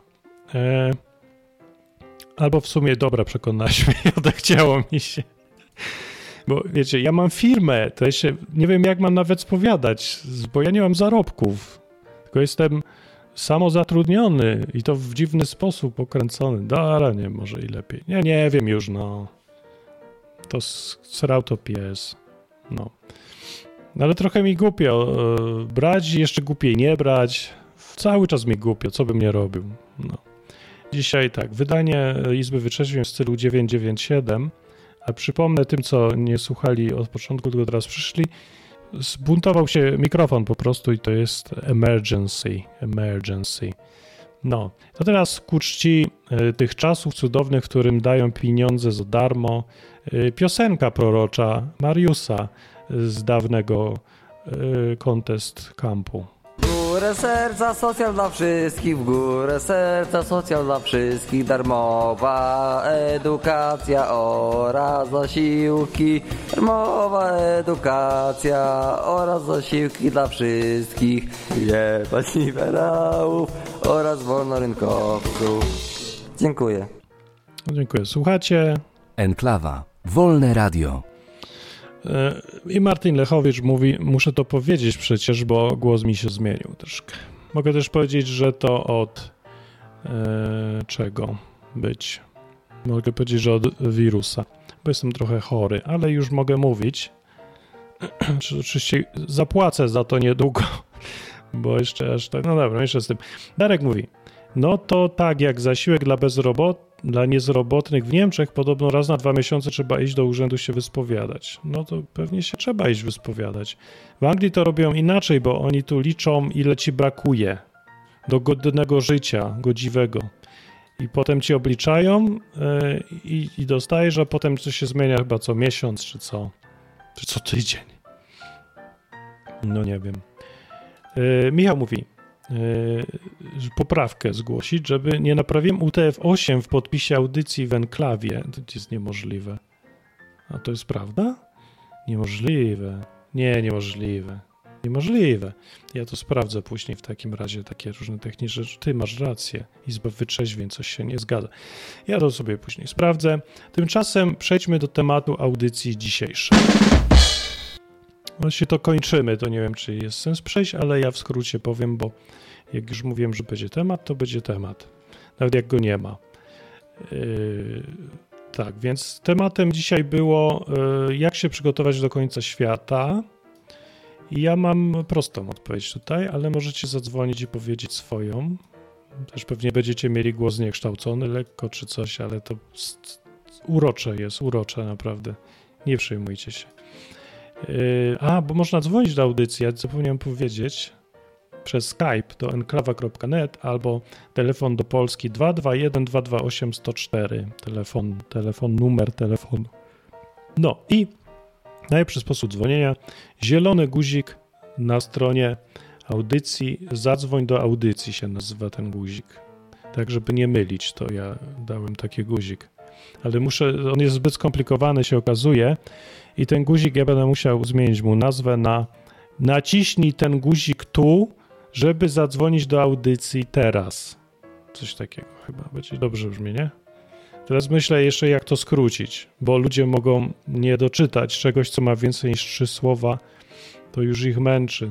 Speaker 4: albo w sumie, dobra, przekonałeś mnie, odechciało mi się. Bo wiecie, ja mam firmę, to ja się nie wiem, jak mam nawet spowiadać, bo ja nie mam zarobków, tylko jestem samozatrudniony i to w dziwny sposób pokręcony. Ale nie, może i lepiej. Nie wiem już, no. To srał to pies. No.
Speaker 8: No ale trochę mi głupio brać i jeszcze głupiej nie brać. Cały czas mi głupio, co bym nie robił. No. Dzisiaj tak, wydanie Izby Wytrzeźwień w stylu 997, a przypomnę tym, co nie słuchali od początku, tylko teraz przyszli, zbuntował się mikrofon po prostu i to jest emergency. No, to teraz ku czci tych czasów cudownych, w którym dają pieniądze za darmo, piosenka prorocza Mariusa z dawnego Contest Campu.
Speaker 9: W górę serca, socjal dla wszystkich, w górę serca, socjal dla wszystkich, darmowa edukacja oraz zasiłki, darmowa edukacja oraz zasiłki dla wszystkich, jebać liberałów oraz wolnorynkowców. Dziękuję.
Speaker 8: Dziękuję. Słuchacie
Speaker 10: Enklawa. Wolne radio.
Speaker 8: I Martin Lechowicz mówi, muszę to powiedzieć przecież, bo głos mi się zmienił troszkę. Mogę też powiedzieć, że to od czego być? Mogę powiedzieć, że od wirusa, bo jestem trochę chory, ale już mogę mówić. Oczywiście zapłacę za to niedługo, bo jeszcze aż tak, no dobra, jeszcze z tym. Darek mówi, no to tak jak zasiłek dla niezrobotnych w Niemczech podobno raz na 2 miesiące trzeba iść do urzędu się wyspowiadać. No to pewnie się trzeba iść wyspowiadać. W Anglii to robią inaczej, bo oni tu liczą, ile ci brakuje do godnego życia, godziwego. I potem ci obliczają i dostajesz, a potem coś się zmienia chyba co miesiąc, czy co tydzień. No nie wiem. Michał mówi, poprawkę zgłosić, żeby nie naprawiłem UTF-8 w podpisie audycji w Enklawie. To jest niemożliwe. A to jest prawda? Niemożliwe. Niemożliwe. Niemożliwe. Ja to sprawdzę później w takim razie, takie różne techniczne rzeczy. Ty masz rację. Izba Wytrzeźwień, coś się nie zgadza. Ja to sobie później sprawdzę. Tymczasem przejdźmy do tematu audycji dzisiejszej. Właściwie to kończymy, to nie wiem, czy jest sens przejść, ale ja w skrócie powiem, bo jak już mówiłem, że będzie temat, to będzie temat. Nawet jak go nie ma. Tak, więc tematem dzisiaj było, jak się przygotować do końca świata. I ja mam prostą odpowiedź tutaj, ale możecie zadzwonić i powiedzieć swoją. Też pewnie będziecie mieli głos zniekształcony lekko czy coś, ale to urocze naprawdę. Nie przejmujcie się. Bo można dzwonić do audycji, ja zapomniałem powiedzieć, przez Skype do enklawa.net albo telefon do Polski 221 228 104, numer telefonu. No i najlepszy sposób dzwonienia, zielony guzik na stronie audycji, zadzwoń do audycji się nazywa ten guzik. Tak, żeby nie mylić, to ja dałem taki guzik. Ale on jest zbyt skomplikowany, się okazuje, i ten guzik ja będę musiał zmienić mu nazwę na naciśnij ten guzik tu, żeby zadzwonić do audycji teraz. Coś takiego chyba, będzie dobrze brzmi, nie? Teraz myślę jeszcze, jak to skrócić, bo ludzie mogą nie doczytać czegoś, co ma więcej niż 3 słowa, to już ich męczy.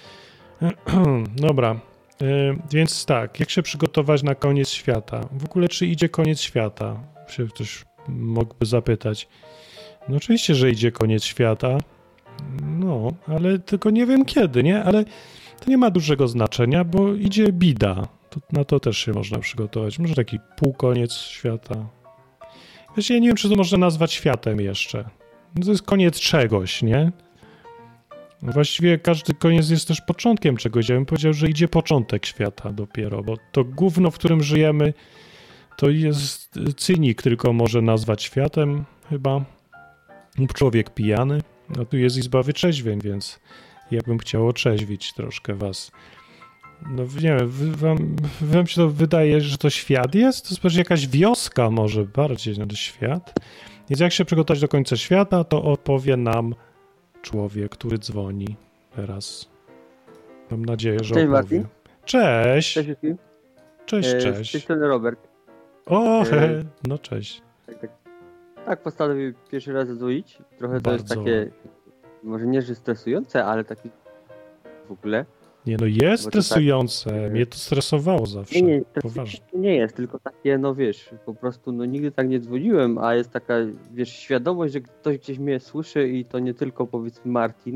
Speaker 8: Dobra, więc tak, jak się przygotować na koniec świata? W ogóle, czy idzie koniec świata? Się ktoś mógłby zapytać. No oczywiście, że idzie koniec świata, no, ale tylko nie wiem kiedy, nie? Ale to nie ma dużego znaczenia, bo idzie bida. Na to też się można przygotować. Może taki półkoniec świata. Wiesz, ja nie wiem, czy to można nazwać światem jeszcze. No to jest koniec czegoś, nie? Właściwie każdy koniec jest też początkiem czegoś. Ja bym powiedział, że idzie początek świata dopiero, bo to gówno, w którym żyjemy, to jest cynik tylko może nazwać światem chyba. Człowiek pijany. No tu jest Izba Wytrzeźwień, więc ja bym chciał otrzeźwić troszkę was. No nie wiem, wam się to wydaje, że to świat jest? To jest pewnie jakaś wioska może bardziej niż świat. Więc jak się przygotować do końca świata, to odpowie nam człowiek, który dzwoni teraz. Mam nadzieję, że
Speaker 11: Cześć,
Speaker 8: opowie.
Speaker 11: Martin.
Speaker 8: Cześć.
Speaker 11: Cześć.
Speaker 8: Cześć.
Speaker 11: Z tej strony Robert.
Speaker 8: O, no cześć.
Speaker 11: Tak, postanowił pierwszy raz zadzwonić. Trochę to jest
Speaker 8: Bardzo.
Speaker 11: takie, może nie, że stresujące, ale takie w ogóle.
Speaker 8: Nie, no jest
Speaker 11: Bo to
Speaker 8: stresujące.
Speaker 11: tak,
Speaker 8: Mnie to stresowało zawsze.
Speaker 11: Nie,
Speaker 8: Poważnie.
Speaker 11: nie jest, tylko takie, no wiesz, po prostu no nigdy tak nie dzwoniłem, a jest taka, wiesz, świadomość, że ktoś gdzieś mnie słyszy i to nie tylko powiedzmy Martin,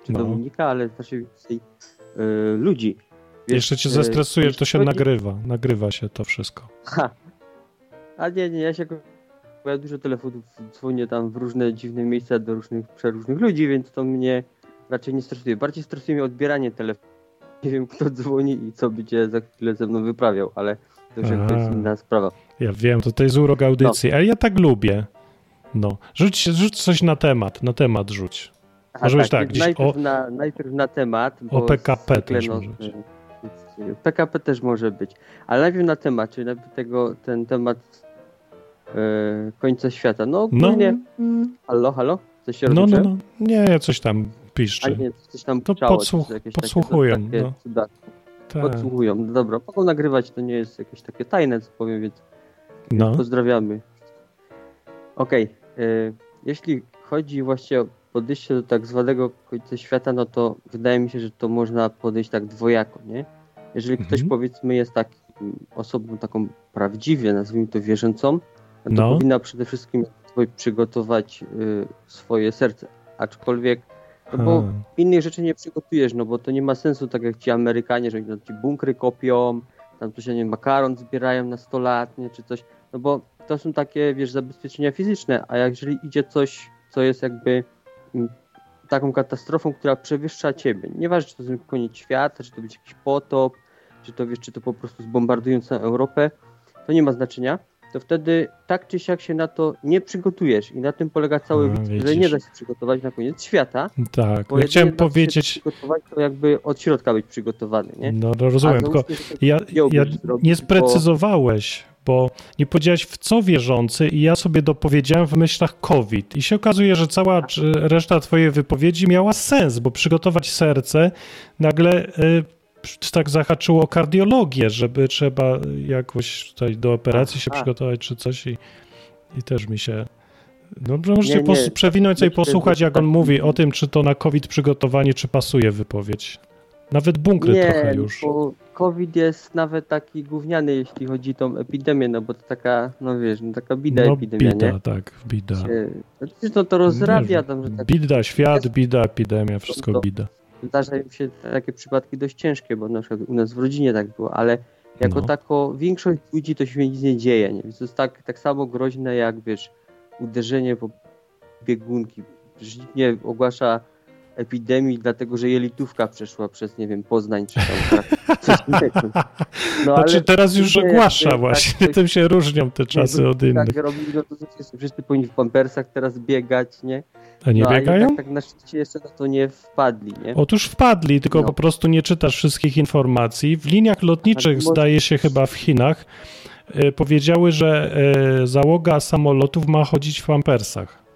Speaker 11: czy
Speaker 8: No.
Speaker 11: Dominika, ale znacznie więcej ludzi. Wiesz,
Speaker 8: Jeszcze cię zestresuje, że to się
Speaker 11: chodzi-
Speaker 8: nagrywa. Nagrywa się to wszystko.
Speaker 11: Ha. A nie, ja się... Bo ja dużo telefonów dzwonię tam w różne dziwne miejsca do przeróżnych ludzi, więc to mnie raczej nie stresuje. Bardziej stresuje mnie odbieranie telefonu. Nie wiem, kto dzwoni i co będzie za chwilę ze mną wyprawiał, ale to już jakby jest inna sprawa.
Speaker 8: Ja wiem, to jest urok audycji, ale ja tak lubię. No, rzuć coś na temat rzuć. Może być tak, gdzieś
Speaker 11: Najpierw na temat.
Speaker 8: o
Speaker 11: bo
Speaker 8: PKP
Speaker 11: zwykle,
Speaker 8: też może być.
Speaker 11: PKP też może być, ale najpierw na temat, czyli najpierw ten temat końca świata. No ogólnie... Halo? Coś się
Speaker 8: No.
Speaker 11: rozumie?
Speaker 8: Nie, ja coś tam piszczy.
Speaker 11: A nie, coś tam
Speaker 8: To
Speaker 11: pszczało,
Speaker 8: podsłuchują.
Speaker 11: takie cudaczki.
Speaker 8: Tak.
Speaker 11: Podsłuchują. No dobra, mogą nagrywać, to nie jest jakieś takie tajne, co powiem, więc
Speaker 8: No.
Speaker 11: pozdrawiamy. Okej, jeśli chodzi właśnie o podejście do tak zwanego końca świata, no to wydaje mi się, że to można podejść tak dwojako, nie? Jeżeli ktoś, powiedzmy, jest taką osobą taką prawdziwie, nazwijmy to wierzącą, no to powinna przede wszystkim przygotować swoje serce. Aczkolwiek, no bo innych rzeczy nie przygotujesz, no bo to nie ma sensu, tak jak ci Amerykanie, że oni ci bunkry kopią, tam coś, nie wiem, makaron zbierają na 100 lat, nie, czy coś, no bo to są takie, wiesz, zabezpieczenia fizyczne, a jeżeli idzie coś, co jest jakby taką katastrofą, która przewyższa ciebie, nieważne, czy to jest koniec świata, czy to będzie jakiś potop, czy to, wiesz, czy to po prostu zbombardują całą Europę, to nie ma znaczenia, to wtedy tak czy siak się na to nie przygotujesz i na tym polega cały wid, że nie da się przygotować na koniec świata.
Speaker 8: Tak,
Speaker 11: bo
Speaker 8: ja chciałem
Speaker 11: jedynie da się
Speaker 8: powiedzieć...
Speaker 11: przygotować, to jakby od środka być przygotowany, nie?
Speaker 8: No rozumiem, tylko ja nie sprecyzowałeś, bo nie powiedziałeś w co wierzący i ja sobie dopowiedziałem w myślach COVID i się okazuje, że cała reszta twojej wypowiedzi miała sens, bo przygotować serce nagle tak zahaczyło o kardiologię, żeby trzeba jakoś tutaj do operacji się przygotować czy coś i też mi się... No możecie przewinąć sobie i posłuchać, jak on mówi o tym, czy to na COVID przygotowanie, czy pasuje wypowiedź. Nawet bunkry trochę już.
Speaker 11: Bo COVID jest nawet taki gówniany, jeśli chodzi o tą epidemię, no bo to taka, no wiesz, no taka epidemia, nie?
Speaker 8: Tak, bida.
Speaker 11: No to rozrabia tam, że tak...
Speaker 8: Bida, świat, bida, epidemia, wszystko bida.
Speaker 11: Zdarzają się takie przypadki dość ciężkie, bo na przykład u nas w rodzinie tak było, ale jako tako większość ludzi to się nic nie dzieje, nie? Więc to jest tak samo groźne jak, wiesz, uderzenie po biegunki. Przecież nikt nie ogłasza epidemii, dlatego że jelitówka przeszła przez, nie wiem, Poznań czy tam coś innego. No,
Speaker 8: znaczy
Speaker 11: ale
Speaker 8: teraz już ogłasza właśnie, tym się różnią te czasy od innych.
Speaker 11: Tak robili, no to wszyscy powinni w pampersach teraz biegać, nie?
Speaker 8: A nie biegają?
Speaker 11: Tak na szczęście jeszcze na to nie wpadli, nie?
Speaker 8: Otóż wpadli, tylko po prostu nie czytasz wszystkich informacji. W liniach lotniczych, zdaje się chyba w Chinach, powiedziały, że załoga samolotów ma chodzić w pampersach.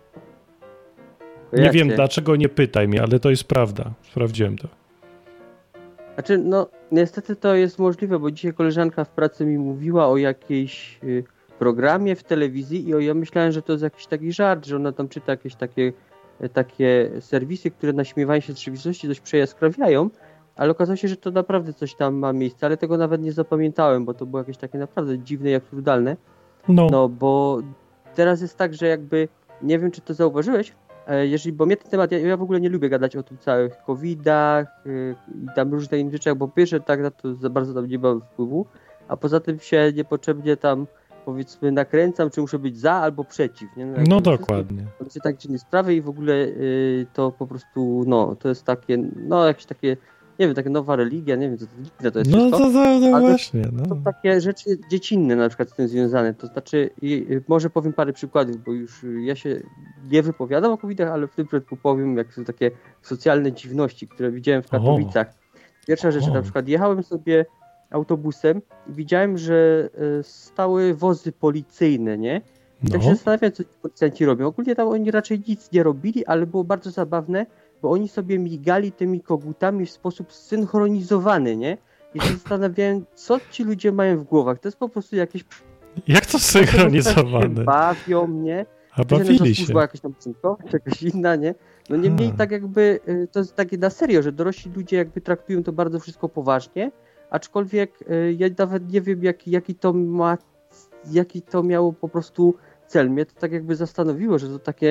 Speaker 8: Nie wiem dlaczego, nie pytaj mnie, ale to jest prawda. Sprawdziłem to.
Speaker 11: Znaczy, no niestety to jest możliwe, bo dzisiaj koleżanka w pracy mi mówiła o jakiejś programie w telewizji i ja myślałem, że to jest jakiś taki żart, że ona tam czyta jakieś takie serwisy, które naśmiewają się z rzeczywistości, dość przejaskrawiają, ale okazało się, że to naprawdę coś tam ma miejsce, ale tego nawet nie zapamiętałem, bo to było jakieś takie naprawdę dziwne i absurdalne. No bo teraz jest tak, że jakby, nie wiem czy to zauważyłeś, bo mnie ten temat, ja w ogóle nie lubię gadać o tym całych COVID-ach i tam różnych innych rzeczach, bo pierwsze tak na to za bardzo tam nie mam wpływu, a poza tym się niepotrzebnie tam powiedzmy nakręcam, czy muszę być za albo przeciw. Nie?
Speaker 8: No dokładnie.
Speaker 11: To się tak dziwnie sprawy i w ogóle to po prostu, no to jest takie, no jakieś takie, nie wiem, taka nowa religia, nie wiem, co to jest
Speaker 8: no
Speaker 11: wszystko.
Speaker 8: No właśnie. No.
Speaker 11: To takie rzeczy dziecinne na przykład z tym związane, to znaczy może powiem parę przykładów, bo już ja się nie wypowiadam o COVID-ach, ale w tym przypadku powiem, jak są takie socjalne dziwności, które widziałem w Katowicach. Pierwsza rzecz, na przykład jechałem sobie autobusem i widziałem, że stały wozy policyjne, nie? I tak się zastanawiam, co ci policjanci robią. Ogólnie tam oni raczej nic nie robili, ale było bardzo zabawne, bo oni sobie migali tymi kogutami w sposób zsynchronizowany, nie? I się zastanawiałem, co ci ludzie mają w głowach. To jest po prostu jakieś...
Speaker 8: Jak to synchronizowane?
Speaker 11: Bawią mnie.
Speaker 8: A bawili się.
Speaker 11: Służba jakaś tam czy jakaś inna, nie? No niemniej tak jakby, to jest takie na serio, że dorośli ludzie jakby traktują to bardzo wszystko poważnie, aczkolwiek ja nawet nie wiem jaki to miało po prostu cel. Mnie to tak jakby zastanowiło, że to takie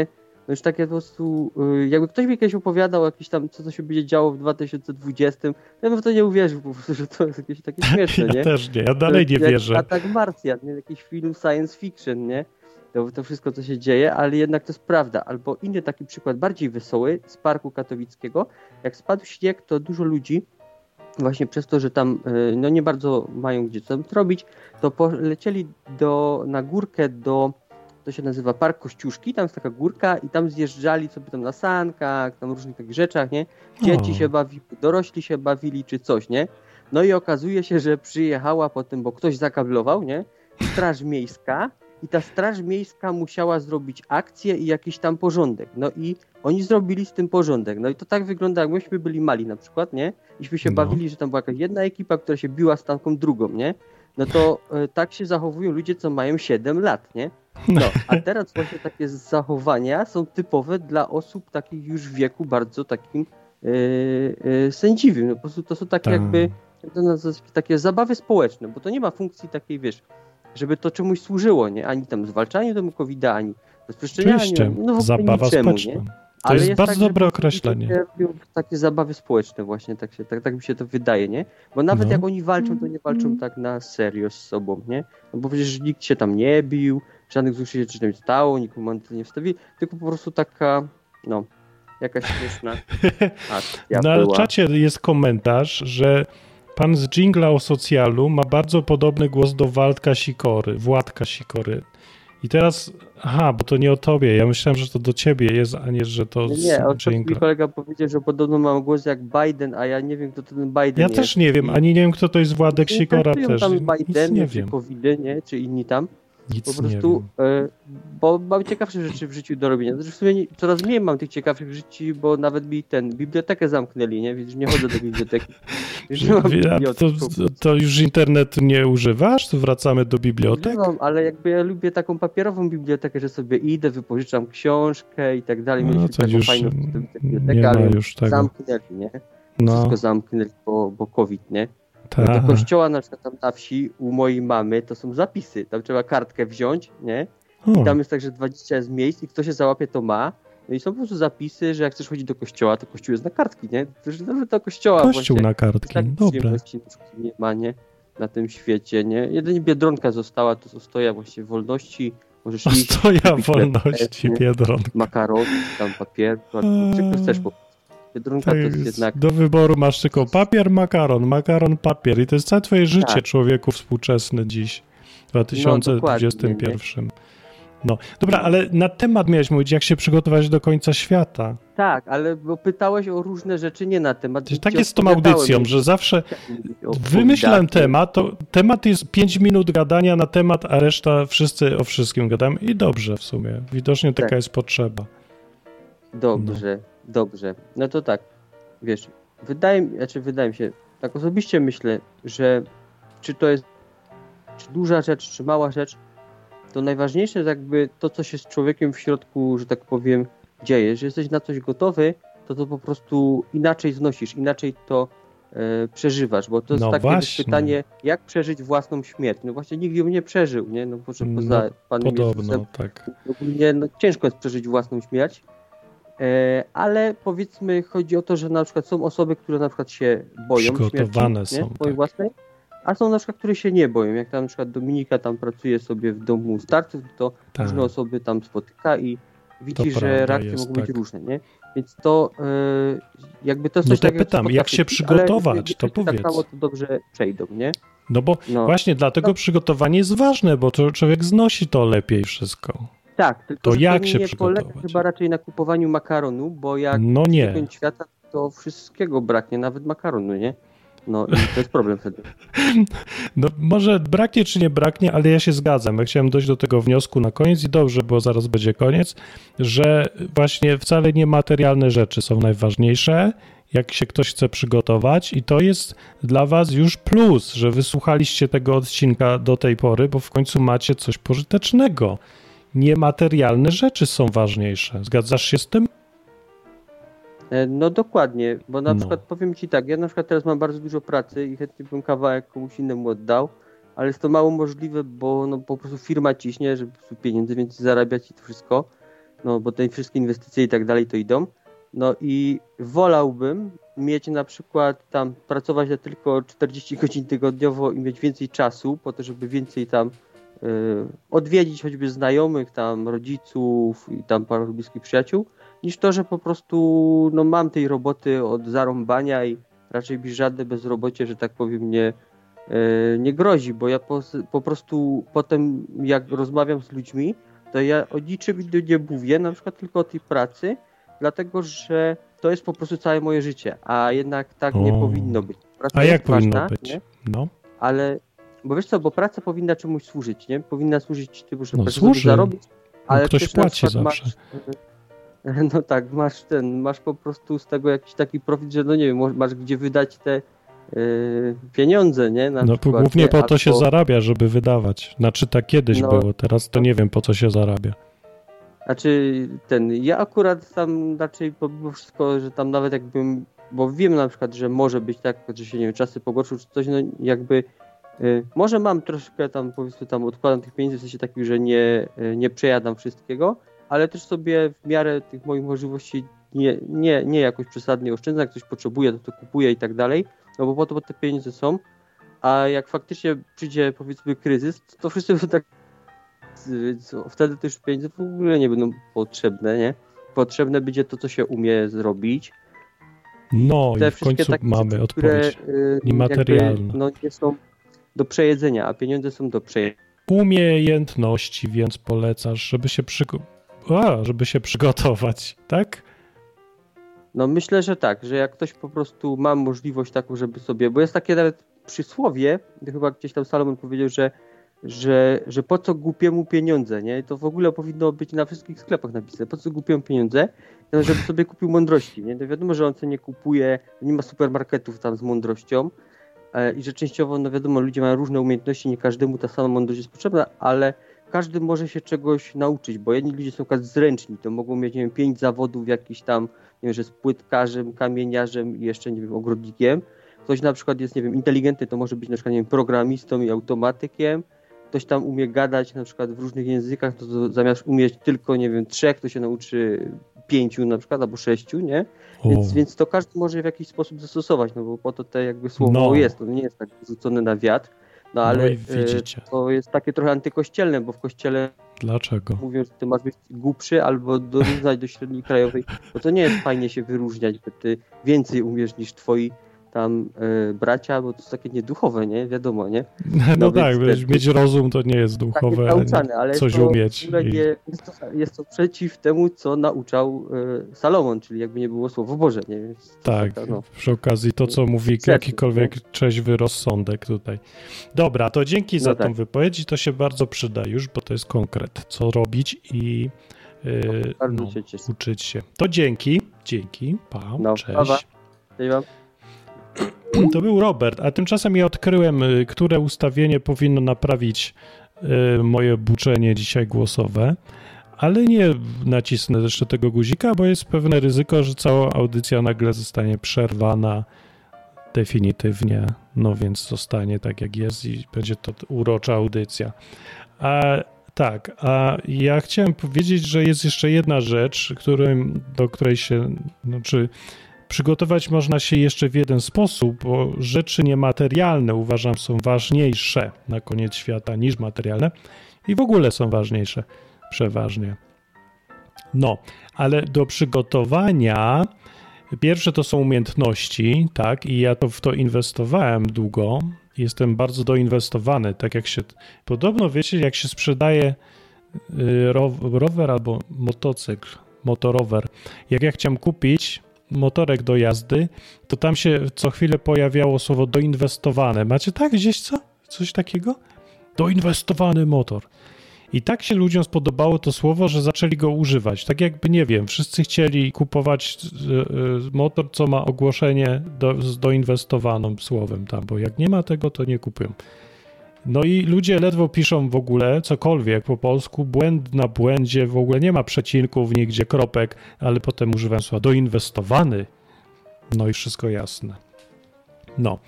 Speaker 11: No już takie po prostu, jakby ktoś mi kiedyś opowiadał jakieś tam, co się będzie działo w 2020, ja bym w to nie uwierzył po prostu, że to jest jakieś takie śmieszne, nie?
Speaker 8: Ja też nie, ja dalej nie wierzę.
Speaker 11: Atak Marsjan, nie? Jakiś film science fiction, nie? To wszystko, co się dzieje, ale jednak to jest prawda. Albo inny taki przykład, bardziej wesoły, z Parku Katowickiego. Jak spadł śnieg, to dużo ludzi, właśnie przez to, że tam no nie bardzo mają gdzie co robić, to polecieli na górkę to się nazywa Park Kościuszki, tam jest taka górka i tam zjeżdżali sobie tam na sankach, tam różnych takich rzeczach, nie? Dzieci się bawili, dorośli się bawili czy coś, nie? No i okazuje się, że przyjechała potem, bo ktoś zakablował, nie? Straż Miejska i ta Straż Miejska musiała zrobić akcję i jakiś tam porządek. No i oni zrobili z tym porządek. No i to tak wygląda, jak myśmy byli mali na przykład, nie? Iśmy się bawili, że tam była jakaś jedna ekipa, która się biła z taką drugą, nie? No to tak się zachowują ludzie, co mają 7 lat, nie? No, a teraz właśnie takie zachowania są typowe dla osób takich już w wieku bardzo takim sędziwym. No po prostu to są takie jakby takie zabawy społeczne, bo to nie ma funkcji takiej, wiesz, żeby to czemuś służyło, nie? Ani tam zwalczaniu tego COVID-a, ani bezpieczeństwa, no
Speaker 8: zabawa
Speaker 11: niczemu,
Speaker 8: społeczna.
Speaker 11: Nie?
Speaker 8: To jest bardzo dobre określenie.
Speaker 11: Takie zabawy społeczne właśnie, tak mi się to wydaje, nie? Bo nawet jak oni walczą, to nie walczą tak na serio z sobą, nie? No bo przecież nikt się tam nie bił, żadnych złych rzeczy nie stało, nikomu to nie wstawili, tylko po prostu taka, no, jakaś śmieszna akcja
Speaker 8: Na
Speaker 11: była.
Speaker 8: czacie jest komentarz, że pan z dżingla o socjalu ma bardzo podobny głos do Władka Sikory. I teraz, bo to nie o tobie, ja myślałem, że to do ciebie jest, a nie, że to z
Speaker 11: mi kolega powiedział, że podobno mam głos jak Biden, a ja nie wiem, kto ten Biden jest.
Speaker 8: Ja też nie wiem, ani nie wiem, kto to jest Władek Sikora też.
Speaker 11: Tam
Speaker 8: Nic
Speaker 11: Biden,
Speaker 8: nie
Speaker 11: czy
Speaker 8: wiem.
Speaker 11: COVID-y, nie? Czy inni tam.
Speaker 8: Nic
Speaker 11: po prostu, bo mam ciekawsze rzeczy w życiu do robienia. Znaczy w sumie coraz mniej mam tych ciekawszych rzeczy, bo nawet mi bibliotekę zamknęli, nie? Widzisz, nie chodzę do biblioteki.
Speaker 8: To już internetu nie używasz? To wracamy do bibliotek?
Speaker 11: Używam, ale jakby ja lubię taką papierową bibliotekę, że sobie idę, wypożyczam książkę i tak dalej. Mieliśmy taką fajną bibliotekę, ale już zamknęli, nie? Wszystko zamknęli, bo COVID, nie? Do kościoła na przykład tam na wsi u mojej mamy to są zapisy. Tam trzeba kartkę wziąć, nie? I tam jest tak, że 20 jest miejsc i kto się załapie, to ma. No i są po prostu zapisy, że jak chcesz chodzić do kościoła, to kościół jest na kartki, nie? Do kościoła
Speaker 8: Kościół
Speaker 11: właśnie.
Speaker 8: na kartki,
Speaker 11: tak
Speaker 8: dobra.
Speaker 11: Nie ma, nie? Na tym świecie, nie? Jedynie Biedronka została, to Ostoja właściwie wolności. Możesz iść.
Speaker 8: Ostoja wolności, Biedronka.
Speaker 11: Makaron, tam papier, czego chcesz po Biedronka to jest jednak...
Speaker 8: Do wyboru masz tylko papier, makaron, papier. I to jest całe twoje życie, człowieku współczesny dziś, w 2021. No, dobra, ale na temat miałeś mówić, jak się przygotować do końca świata.
Speaker 11: Tak, ale bo pytałeś o różne rzeczy, nie na temat.
Speaker 8: Tak jest z tą audycją, że zawsze wymyślam temat, to temat jest 5 minut gadania na temat, a reszta wszyscy o wszystkim gadamy i dobrze w sumie. Widocznie taka jest potrzeba.
Speaker 11: Dobrze. No to tak, wiesz, wydaje mi się, tak osobiście myślę, że czy to jest duża rzecz, czy mała rzecz, to najważniejsze jest jakby to, co się z człowiekiem w środku, że tak powiem, dzieje. Że jesteś na coś gotowy, to po prostu inaczej znosisz, inaczej to przeżywasz, bo to jest takie pytanie, jak przeżyć własną śmierć. No właśnie nikt ją nie przeżył, nie? No może poza Panem Jezusem.
Speaker 8: Tak.
Speaker 11: Ogólnie ciężko jest przeżyć własną śmierć, ale powiedzmy chodzi o to, że na przykład są osoby, które na przykład się boją
Speaker 8: przygotowane
Speaker 11: śmierci, swojej własnej, a są na przykład, które się nie boją. Jak tam na przykład Dominika tam pracuje sobie w domu starców, to różne osoby tam spotyka i widzi, że reakcje mogą być różne, nie? Więc to jakby to jest coś takiego,
Speaker 8: pytam, jak się przygotować, to powiedz.
Speaker 11: Tak samo to dobrze przejdą, nie?
Speaker 8: No bo właśnie dlatego przygotowanie jest ważne, bo to człowiek znosi to lepiej wszystko.
Speaker 11: Tak, tylko
Speaker 8: to jak się
Speaker 11: nie
Speaker 8: przygotować?
Speaker 11: Polega chyba raczej na kupowaniu makaronu, bo jak w świata to wszystkiego braknie, nawet makaronu, nie? No i to jest problem wtedy.
Speaker 8: No może braknie czy nie braknie, ale ja się zgadzam. Ja chciałem dojść do tego wniosku na koniec i dobrze, bo zaraz będzie koniec, że właśnie wcale niematerialne rzeczy są najważniejsze, jak się ktoś chce przygotować i to jest dla was już plus, że wysłuchaliście tego odcinka do tej pory, bo w końcu macie coś pożytecznego. Niematerialne rzeczy są ważniejsze. Zgadzasz się z tym?
Speaker 11: No dokładnie, bo na przykład powiem ci tak, ja na przykład teraz mam bardzo dużo pracy i chętnie bym kawałek komuś innemu oddał, ale jest to mało możliwe, bo no po prostu firma ciśnie, żeby po prostu pieniędzy więcej zarabiać i to wszystko. no bo te wszystkie inwestycje i tak dalej to idą. No i wolałbym mieć na przykład tam pracować na tylko 40 godzin tygodniowo i mieć więcej czasu po to, żeby więcej tam odwiedzić choćby znajomych, tam rodziców i tam paru bliskich przyjaciół, niż to, że po prostu no, mam tej roboty od zarąbania i raczej mi żadne bezrobocie, że tak powiem, nie grozi, bo ja po prostu potem jak rozmawiam z ludźmi, to ja o niczym innym nie mówię, na przykład tylko o tej pracy, dlatego, że to jest po prostu całe moje życie, a jednak tak nie powinno być. Praca
Speaker 8: A jak
Speaker 11: ważna,
Speaker 8: powinno być?
Speaker 11: Nie?
Speaker 8: No.
Speaker 11: Ale, bo wiesz co, bo praca powinna czemuś służyć, nie? Powinna służyć temu, że
Speaker 8: No
Speaker 11: służy. Zarobić, ale
Speaker 8: ktoś
Speaker 11: też
Speaker 8: płaci
Speaker 11: na przykład
Speaker 8: zawsze.
Speaker 11: no tak, masz po prostu z tego jakiś taki profit, że no nie wiem, masz gdzie wydać te pieniądze, nie? Na
Speaker 8: No
Speaker 11: przykład,
Speaker 8: głównie
Speaker 11: nie?
Speaker 8: po to się zarabia, żeby wydawać. Znaczy tak kiedyś było, teraz to nie wiem po co się zarabia.
Speaker 11: Znaczy ja akurat tam raczej pomimo wszystko, że tam nawet jakbym, bo wiem na przykład, że może być tak, że się nie wiem, czasy pogorszą czy coś, no jakby może mam troszkę tam powiedzmy tam odkładam tych pieniędzy w sensie takim, że nie przejadam wszystkiego, ale też sobie w miarę tych moich możliwości nie jakoś przesadnie oszczędzam, jak ktoś potrzebuje, to kupuję i tak dalej, no bo po to te pieniądze są, a jak faktycznie przyjdzie powiedzmy kryzys, to wszyscy będą tak, wtedy też pieniądze w ogóle nie będą potrzebne, nie? Potrzebne będzie to, co się umie zrobić.
Speaker 8: No
Speaker 11: te
Speaker 8: i w końcu mamy
Speaker 11: rzeczy,
Speaker 8: odpowiedź. Niematerialne.
Speaker 11: No nie są do przejedzenia, a pieniądze są do przejedzenia.
Speaker 8: Umiejętności, więc polecasz, żeby się przygotować, tak?
Speaker 11: No myślę, że tak, że jak ktoś po prostu ma możliwość taką, żeby sobie, bo jest takie nawet przysłowie, chyba gdzieś tam Salomon powiedział, że po co głupiemu pieniądze, nie? To w ogóle powinno być na wszystkich sklepach napisane, po co głupiemu pieniądze, no, żeby sobie kupił mądrości, nie? To wiadomo, że on sobie nie kupuje, nie ma supermarketów tam z mądrością i że częściowo, no wiadomo, ludzie mają różne umiejętności, nie każdemu ta sama mądrość jest potrzebna, ale każdy może się czegoś nauczyć, bo jedni ludzie są przykład zręczni, to mogą mieć, nie wiem, 5 zawodów jakiś tam, nie wiem, że jest płytkarzem, kamieniarzem i jeszcze, nie wiem, ogrodnikiem. Ktoś na przykład jest, nie wiem, inteligentny, to może być na przykład, nie wiem, programistą i automatykiem. Ktoś tam umie gadać na przykład w różnych językach, to zamiast umieć tylko, nie wiem, 3, to się nauczy 5 na przykład, albo 6, nie? Więc to każdy może w jakiś sposób zastosować, no bo po to te jakby słowo jest, to nie jest tak rzucone na wiatr, no ale to jest takie trochę antykościelne, bo w kościele
Speaker 8: dlaczego?
Speaker 11: Mówią, że ty masz być głupszy albo dorównać do średniej krajowej, bo to nie jest fajnie się wyróżniać, bo ty więcej umiesz niż twoi tam bracia, bo to jest takie nieduchowe, nie? Wiadomo, nie?
Speaker 8: No tak, mieć rozum to nie jest duchowe,
Speaker 11: nauczane, ale
Speaker 8: coś
Speaker 11: to
Speaker 8: umieć.
Speaker 11: Jest to przeciw temu, co nauczał Salomon, czyli jakby nie było Słowo Boże, nie? Więc
Speaker 8: tak, przy okazji to, co mówi jakikolwiek trzeźwy rozsądek tutaj. Dobra, to dzięki za tą wypowiedź i to się bardzo przyda już, bo to jest konkret, co robić i uczyć się. To dzięki, cześć. To był Robert, a tymczasem ja odkryłem, które ustawienie powinno naprawić moje buczenie dzisiaj głosowe, ale nie nacisnę jeszcze tego guzika, bo jest pewne ryzyko, że cała audycja nagle zostanie przerwana definitywnie, no więc zostanie tak jak jest i będzie to urocza audycja. A ja chciałem powiedzieć, że jest jeszcze jedna rzecz, do której się, przygotować można się jeszcze w jeden sposób, bo rzeczy niematerialne uważam są ważniejsze na koniec świata niż materialne i w ogóle są ważniejsze przeważnie. No, ale do przygotowania pierwsze to są umiejętności, tak, i ja w to inwestowałem długo. Jestem bardzo doinwestowany, tak jak się, podobno wiecie, jak się sprzedaje rower albo motocykl, motorower, jak ja chciałem kupić motorek do jazdy, to tam się co chwilę pojawiało słowo doinwestowane. Macie tak gdzieś coś takiego? Doinwestowany motor. I tak się ludziom spodobało to słowo, że zaczęli go używać. Tak jakby, nie wiem, wszyscy chcieli kupować motor, co ma ogłoszenie z doinwestowanym słowem tam, bo jak nie ma tego, to nie kupują. No i ludzie ledwo piszą w ogóle cokolwiek po polsku, błęd na błędzie, w ogóle nie ma przecinków nigdzie, kropek, ale potem używam słowa doinwestowany. No i wszystko jasne. No,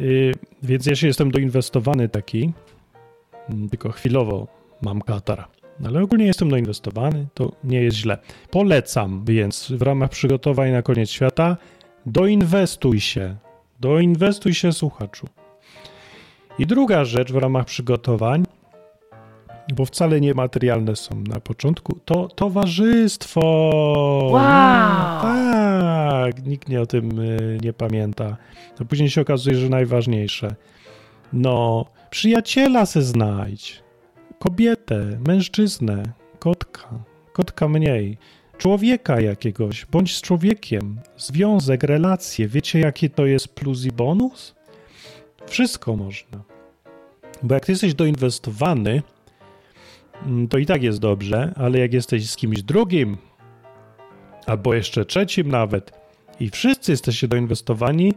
Speaker 8: więc ja się jestem doinwestowany taki, tylko chwilowo mam katar. Ale ogólnie jestem doinwestowany, to nie jest źle. Polecam więc w ramach przygotowań na koniec świata doinwestuj się, słuchaczu. I druga rzecz w ramach przygotowań, bo wcale nie materialne są na początku, to towarzystwo.
Speaker 5: Wow!
Speaker 8: Tak, nikt nie o tym nie pamięta. To później się okazuje, że najważniejsze. No, przyjaciela se znajdź, kobietę, mężczyznę, kotka mniej, człowieka jakiegoś, bądź z człowiekiem, związek, relacje. Wiecie, jakie to jest plus i bonus? Wszystko można. Bo jak ty jesteś doinwestowany, to i tak jest dobrze, ale jak jesteś z kimś drugim, albo jeszcze trzecim nawet, i wszyscy jesteście doinwestowani,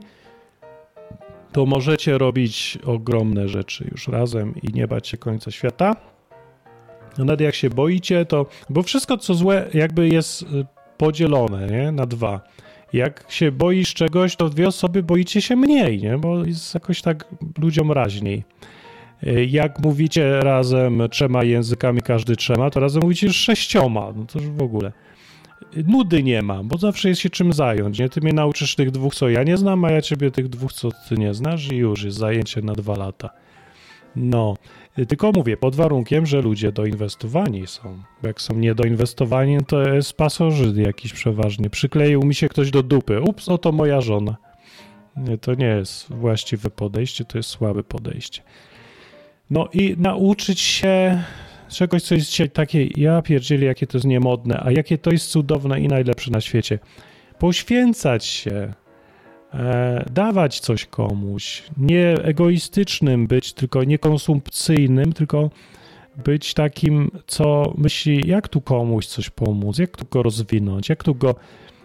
Speaker 8: to możecie robić ogromne rzeczy już razem i nie bać się końca świata. No nawet jak się boicie, to... Bo wszystko, co złe, jakby jest podzielone, nie? Na dwa. Jak się boisz czegoś, to 2 osoby boicie się mniej, nie? Bo jest jakoś tak ludziom raźniej. Jak mówicie razem 3 językami, każdy 3, to razem mówicie już 6. No to już w ogóle. Nudy nie ma, bo zawsze jest się czym zająć, nie? Ty mnie nauczysz tych 2, co ja nie znam, a ja ciebie tych 2, co ty nie znasz i już jest zajęcie na 2 lata. No, tylko mówię, pod warunkiem, że ludzie doinwestowani są. Bo jak są niedoinwestowani, to jest pasożyt jakiś przeważnie. Przykleił mi się ktoś do dupy. Ups, oto moja żona. Nie, to nie jest właściwe podejście, to jest słabe podejście. No i nauczyć się czegoś, co jest dzisiaj takie, ja pierdzielę, jakie to jest niemodne, a jakie to jest cudowne i najlepsze na świecie. Poświęcać się, dawać coś komuś, nie egoistycznym być, tylko nie konsumpcyjnym, tylko być takim, co myśli, jak tu komuś coś pomóc, jak tu go rozwinąć, jak tu go,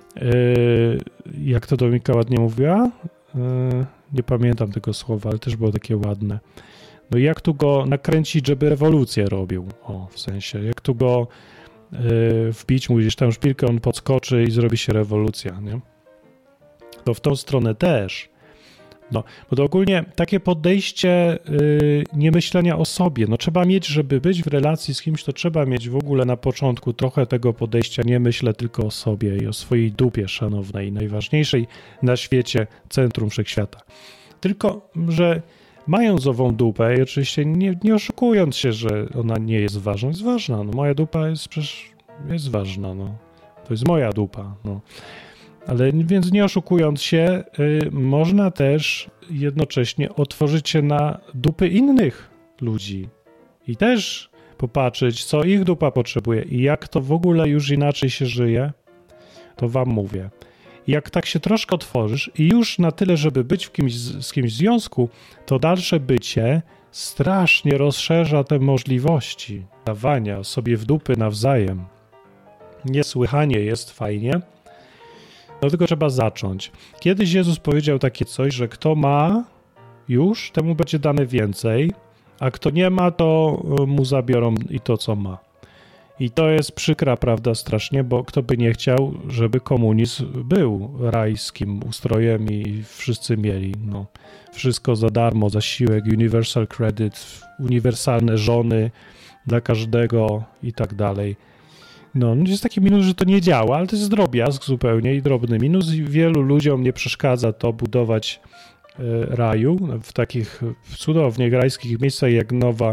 Speaker 8: jak to Dominika ładnie mówiła, nie pamiętam tego słowa, ale też było takie ładne. No jak tu go nakręcić, żeby rewolucję robił, w sensie, jak tu go wbić mu gdzieś tam szpilkę, on podskoczy i zrobi się rewolucja, nie? To w tą stronę też. No, bo to ogólnie takie podejście nie myślenia o sobie. No trzeba mieć, żeby być w relacji z kimś, to trzeba mieć w ogóle na początku trochę tego podejścia, nie myślę tylko o sobie i o swojej dupie szanownej, najważniejszej na świecie, centrum wszechświata. Tylko, że mając ową dupę i oczywiście nie oszukując się, że ona nie jest ważna, jest ważna. No, moja dupa jest przecież jest ważna. No. To jest moja dupa. No. Ale więc nie oszukując się, można też jednocześnie otworzyć się na dupy innych ludzi i też popatrzeć, co ich dupa potrzebuje i jak to w ogóle już inaczej się żyje, to wam mówię. Jak tak się troszkę otworzysz i już na tyle, żeby być z kimś w związku, to dalsze bycie strasznie rozszerza te możliwości dawania sobie w dupy nawzajem. Niesłychanie jest fajnie. No tylko trzeba zacząć. Kiedyś Jezus powiedział takie coś, że kto ma już, temu będzie dane więcej, a kto nie ma, to mu zabiorą i to, co ma. I to jest przykra prawda strasznie, bo kto by nie chciał, żeby komunizm był rajskim ustrojem i wszyscy mieli wszystko za darmo, zasiłek, universal credit, uniwersalne żony dla każdego i tak dalej. No, jest taki minus, że to nie działa, ale to jest drobiazg zupełnie i drobny minus i wielu ludziom nie przeszkadza to budować raju w takich cudownie rajskich miejscach jak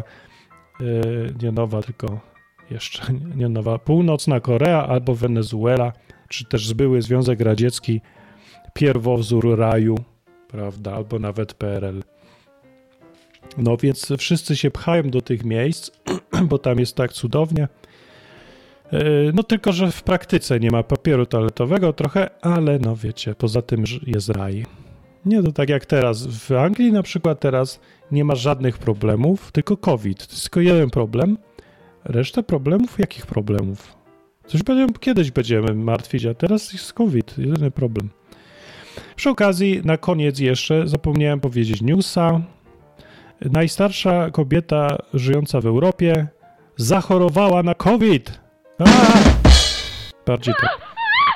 Speaker 8: Północna Korea albo Wenezuela, czy też były Związek Radziecki, pierwowzór raju, prawda, albo nawet PRL. No więc wszyscy się pchają do tych miejsc, bo tam jest tak cudownie. No tylko, że w praktyce nie ma papieru toaletowego trochę, ale no wiecie, poza tym jest raj. Nie, to tak jak teraz. W Anglii na przykład teraz nie ma żadnych problemów, tylko COVID. To jest tylko jeden problem. Resztę problemów? Jakich problemów? Kiedyś będziemy martwić, a teraz jest COVID. Jedyny problem. Przy okazji, na koniec jeszcze zapomniałem powiedzieć newsa. Najstarsza kobieta żyjąca w Europie zachorowała na COVID. Bardziej tak.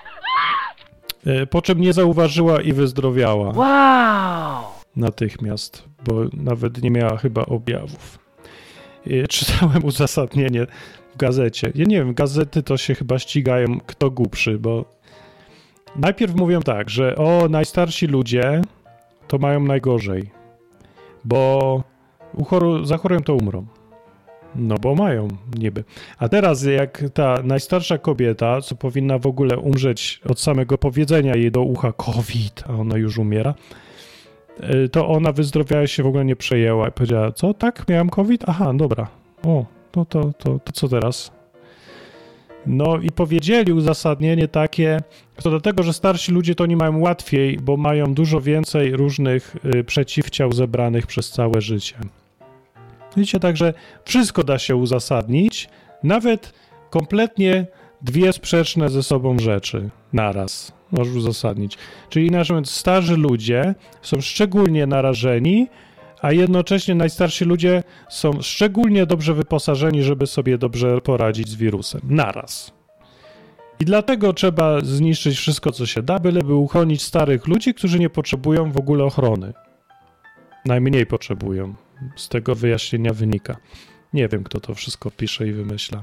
Speaker 8: Po czym nie zauważyła i wyzdrowiała.
Speaker 5: Wow!
Speaker 8: Natychmiast, bo nawet nie miała chyba objawów. Czytałem uzasadnienie w gazecie. Ja nie wiem, gazety to się chyba ścigają kto głupszy, bo najpierw mówią tak, że najstarsi ludzie to mają najgorzej, bo zachorują to umrą. No bo mają niby. A teraz jak ta najstarsza kobieta, co powinna w ogóle umrzeć od samego powiedzenia jej do ucha COVID, a ona już umiera, to ona wyzdrowiała się, w ogóle nie przejęła i powiedziała, co, tak, miałem COVID? Aha, dobra. To co teraz? No i powiedzieli uzasadnienie takie, to dlatego, że starsi ludzie to nie mają łatwiej, bo mają dużo więcej różnych przeciwciał zebranych przez całe życie. Widzicie, także wszystko da się uzasadnić, nawet kompletnie dwie sprzeczne ze sobą rzeczy naraz możesz uzasadnić. Czyli inaczej mówiąc, starzy ludzie są szczególnie narażeni, a jednocześnie najstarsi ludzie są szczególnie dobrze wyposażeni, żeby sobie dobrze poradzić z wirusem. Naraz. I dlatego trzeba zniszczyć wszystko, co się da, byleby uchronić starych ludzi, którzy nie potrzebują w ogóle ochrony. Najmniej potrzebują. Z tego wyjaśnienia wynika. Nie wiem, kto to wszystko pisze i wymyśla.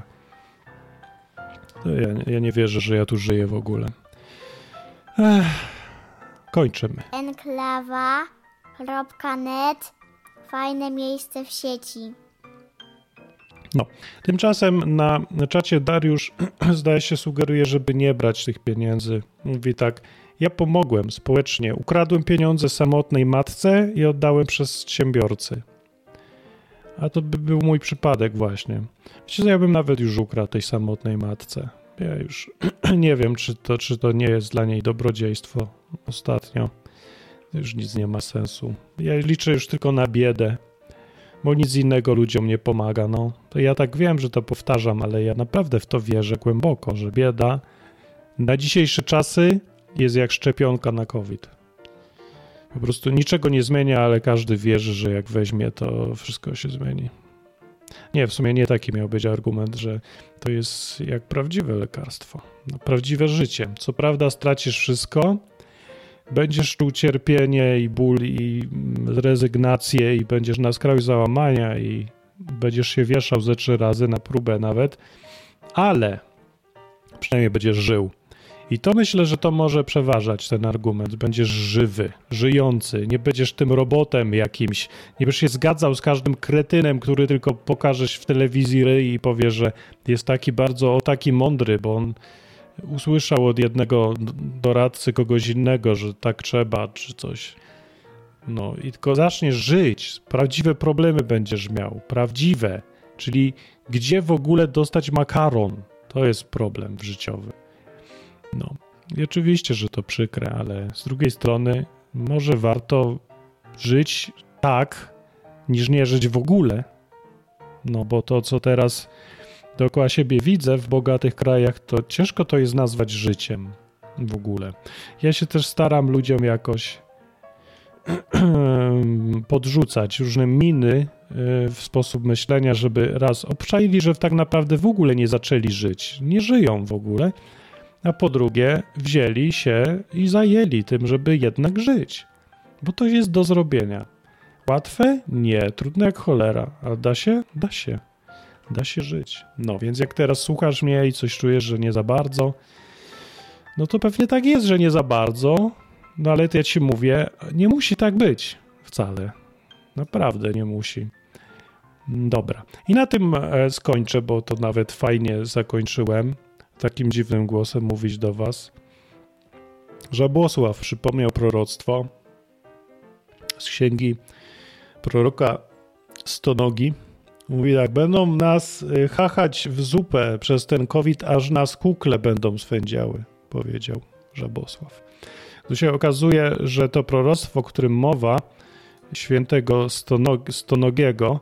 Speaker 8: Ja nie wierzę, że ja tu żyję w ogóle. Kończymy.
Speaker 12: Enklawa.net. Fajne miejsce w sieci.
Speaker 8: No, tymczasem na czacie Dariusz zdaje się sugeruje, żeby nie brać tych pieniędzy. Mówi tak, ja pomogłem społecznie, ukradłem pieniądze samotnej matce i oddałem przedsiębiorcy. A to by był mój przypadek właśnie. Wiecie, ja bym nawet już ukradł tej samotnej matce. Ja już nie wiem, czy to nie jest dla niej dobrodziejstwo ostatnio. Już nic nie ma sensu. Ja liczę już tylko na biedę, bo nic innego ludziom nie pomaga. No, to ja tak wiem, że to powtarzam, ale ja naprawdę w to wierzę głęboko, że bieda na dzisiejsze czasy jest jak szczepionka na COVID. Po prostu niczego nie zmienia, ale każdy wierzy, że jak weźmie, to wszystko się zmieni. Nie, w sumie nie taki miał być argument, że to jest jak prawdziwe lekarstwo. No, prawdziwe życie. Co prawda stracisz wszystko, będziesz czuł cierpienie i ból i rezygnację i będziesz na skraju załamania i będziesz się wieszał ze 3 razy na próbę nawet, ale przynajmniej będziesz żył. I to myślę, że to może przeważać ten argument. Będziesz żywy, żyjący, nie będziesz tym robotem jakimś, nie będziesz się zgadzał z każdym kretynem, który tylko pokażesz w telewizji ryj i powie, że jest taki mądry, bo on usłyszał od jednego doradcy kogoś innego, że tak trzeba, czy coś. No i tylko zaczniesz żyć, prawdziwe problemy będziesz miał, prawdziwe, czyli gdzie w ogóle dostać makaron, to jest problem życiowy. No i oczywiście, że to przykre, ale z drugiej strony może warto żyć tak, niż nie żyć w ogóle, no bo to, co teraz dookoła siebie widzę w bogatych krajach, to ciężko to jest nazwać życiem w ogóle. Ja się też staram ludziom jakoś podrzucać różne miny w sposób myślenia, żeby raz obczaili, że tak naprawdę w ogóle nie zaczęli żyć, nie żyją w ogóle, a po drugie wzięli się i zajęli tym, żeby jednak żyć, bo to jest do zrobienia. Łatwe? Nie. Trudne jak cholera. A da się? Da się. Da się żyć. No, więc jak teraz słuchasz mnie i coś czujesz, że nie za bardzo, no to pewnie tak jest, że nie za bardzo, no ale to ja ci mówię, nie musi tak być wcale. Naprawdę nie musi. Dobra. I na tym skończę, bo to nawet fajnie zakończyłem takim dziwnym głosem mówić do was. Żabłosław przypomniał proroctwo z księgi proroka Stonogi. Mówi tak, będą nas chachać w zupę przez ten COVID, aż nas kukle będą swędziały, powiedział Żabłosław. Tu się okazuje, że to proroctwo, o którym mowa świętego Stonogiego,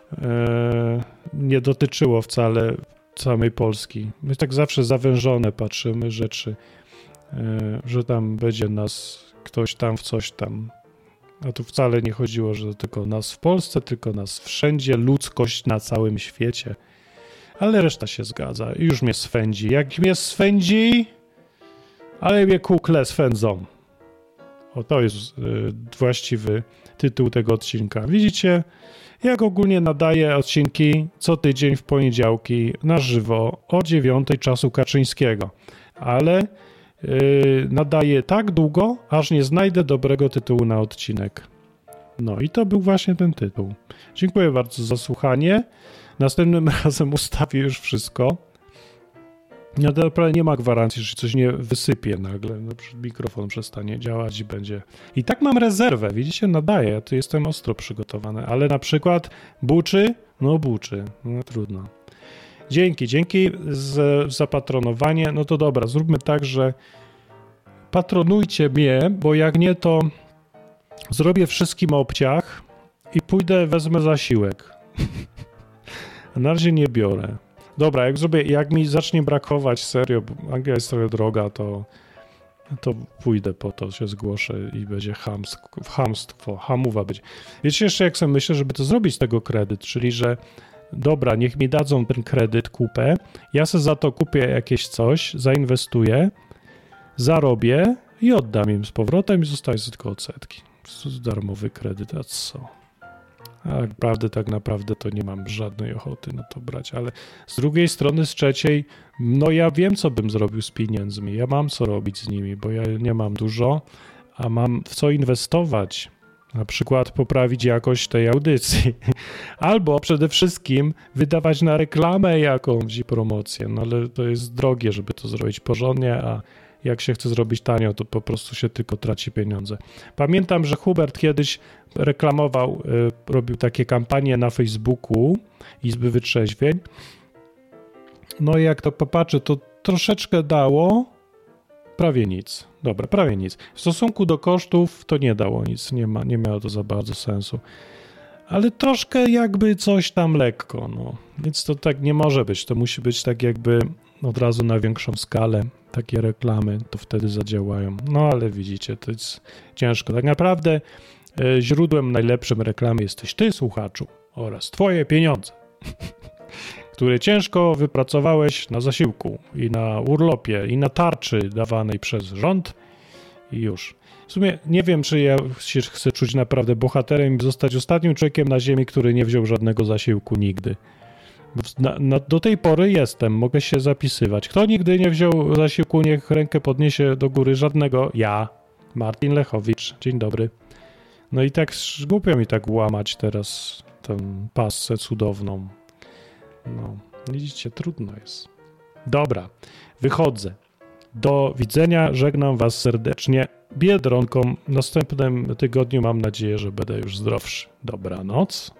Speaker 8: nie dotyczyło wcale samej Polski. My tak zawsze zawężone patrzymy rzeczy, że tam będzie nas ktoś tam w coś tam. A tu wcale nie chodziło, że tylko nas w Polsce, tylko nas wszędzie, ludzkość na całym świecie. Ale reszta się zgadza. I już mnie swędzi. Jak mnie swędzi, ale mnie kukle swędzą. O, to jest właściwy tytuł tego odcinka. Widzicie, jak ogólnie nadaję odcinki co tydzień w poniedziałki na żywo o 9 czasu Kaczyńskiego. Ale nadaję tak długo, aż nie znajdę dobrego tytułu na odcinek. No i to był właśnie ten tytuł. Dziękuję bardzo za słuchanie. Następnym razem ustawię już wszystko. No naprawdę nie ma gwarancji, że coś nie wysypie nagle. Mikrofon przestanie działać i będzie... I tak mam rezerwę, widzicie, nadaję. Ja tu jestem ostro przygotowany. Ale na przykład buczy? No buczy. No trudno. Dzięki za patronowanie. No to dobra, zróbmy tak, że patronujcie mnie, bo jak nie, to zrobię wszystkim obciach i pójdę, wezmę zasiłek. Na razie nie biorę. Dobra, jak mi zacznie brakować, serio, bo Anglia jest trochę droga, to pójdę po to, się zgłoszę i będzie chamstwo, hamowa będzie. Wiecie jeszcze, jak sobie myślę, żeby to zrobić z tego kredyt, czyli że dobra, niech mi dadzą ten kredyt, kupę, ja sobie za to kupię jakieś coś, zainwestuję, zarobię i oddam im z powrotem i zostaje tylko odsetki. Darmowy kredyt, a co? Tak naprawdę to nie mam żadnej ochoty na to brać, ale z drugiej strony, z trzeciej, no ja wiem, co bym zrobił z pieniędzmi, ja mam co robić z nimi, bo ja nie mam dużo, a mam w co inwestować, na przykład poprawić jakość tej audycji, albo przede wszystkim wydawać na reklamę jakąś i promocję, no ale to jest drogie, żeby to zrobić porządnie, a jak się chce zrobić tanio, to po prostu się tylko traci pieniądze. Pamiętam, że Hubert kiedyś reklamował, robił takie kampanie na Facebooku Izby Wytrzeźwień. No i jak to popatrzę, to troszeczkę dało, prawie nic. Dobra, prawie nic. W stosunku do kosztów to nie dało nic, nie miało to za bardzo sensu. Ale troszkę jakby coś tam lekko, no. Więc to tak nie może być, to musi być tak jakby od razu na większą skalę. Takie reklamy, to wtedy zadziałają. No ale widzicie, to jest ciężko. Tak naprawdę źródłem najlepszym reklamy jesteś ty, słuchaczu, oraz twoje pieniądze, które ciężko wypracowałeś na zasiłku i na urlopie i na tarczy dawanej przez rząd i już. W sumie nie wiem, czy ja się chcę czuć naprawdę bohaterem i zostać ostatnim człowiekiem na ziemi, który nie wziął żadnego zasiłku nigdy. Do tej pory jestem, mogę się zapisywać. Kto nigdy nie wziął zasiłku, niech rękę podniesie do góry. Żadnego. Ja, Martin Lechowicz. Dzień dobry. No i tak głupio mi tak łamać teraz tę passę cudowną. No, widzicie, trudno jest. Dobra, wychodzę. Do widzenia, żegnam was serdecznie. Biedronką. W następnym tygodniu mam nadzieję, że będę już zdrowszy. Dobranoc.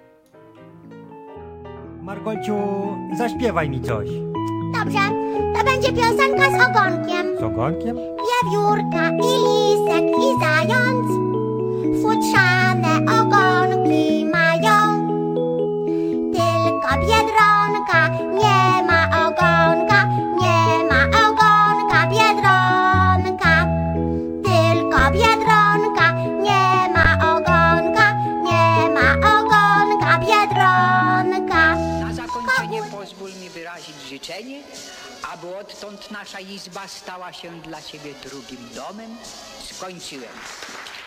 Speaker 13: Margolciu, zaśpiewaj mi coś.
Speaker 12: Dobrze, to będzie piosenka z ogonkiem.
Speaker 13: Z ogonkiem?
Speaker 12: Wiewiórka i lisek i zając futrzane ogonki mają. Tylko Biedronka nie ma ogonka, nie ma ogonka Biedronka. Tylko Biedronka nie ma ogonka, nie ma ogonka Biedronka.
Speaker 2: Na zakończenie pozwól mi wyrazić życzenie, aby odtąd nasza izba stała się dla Ciebie drugim domem. Skończyłem.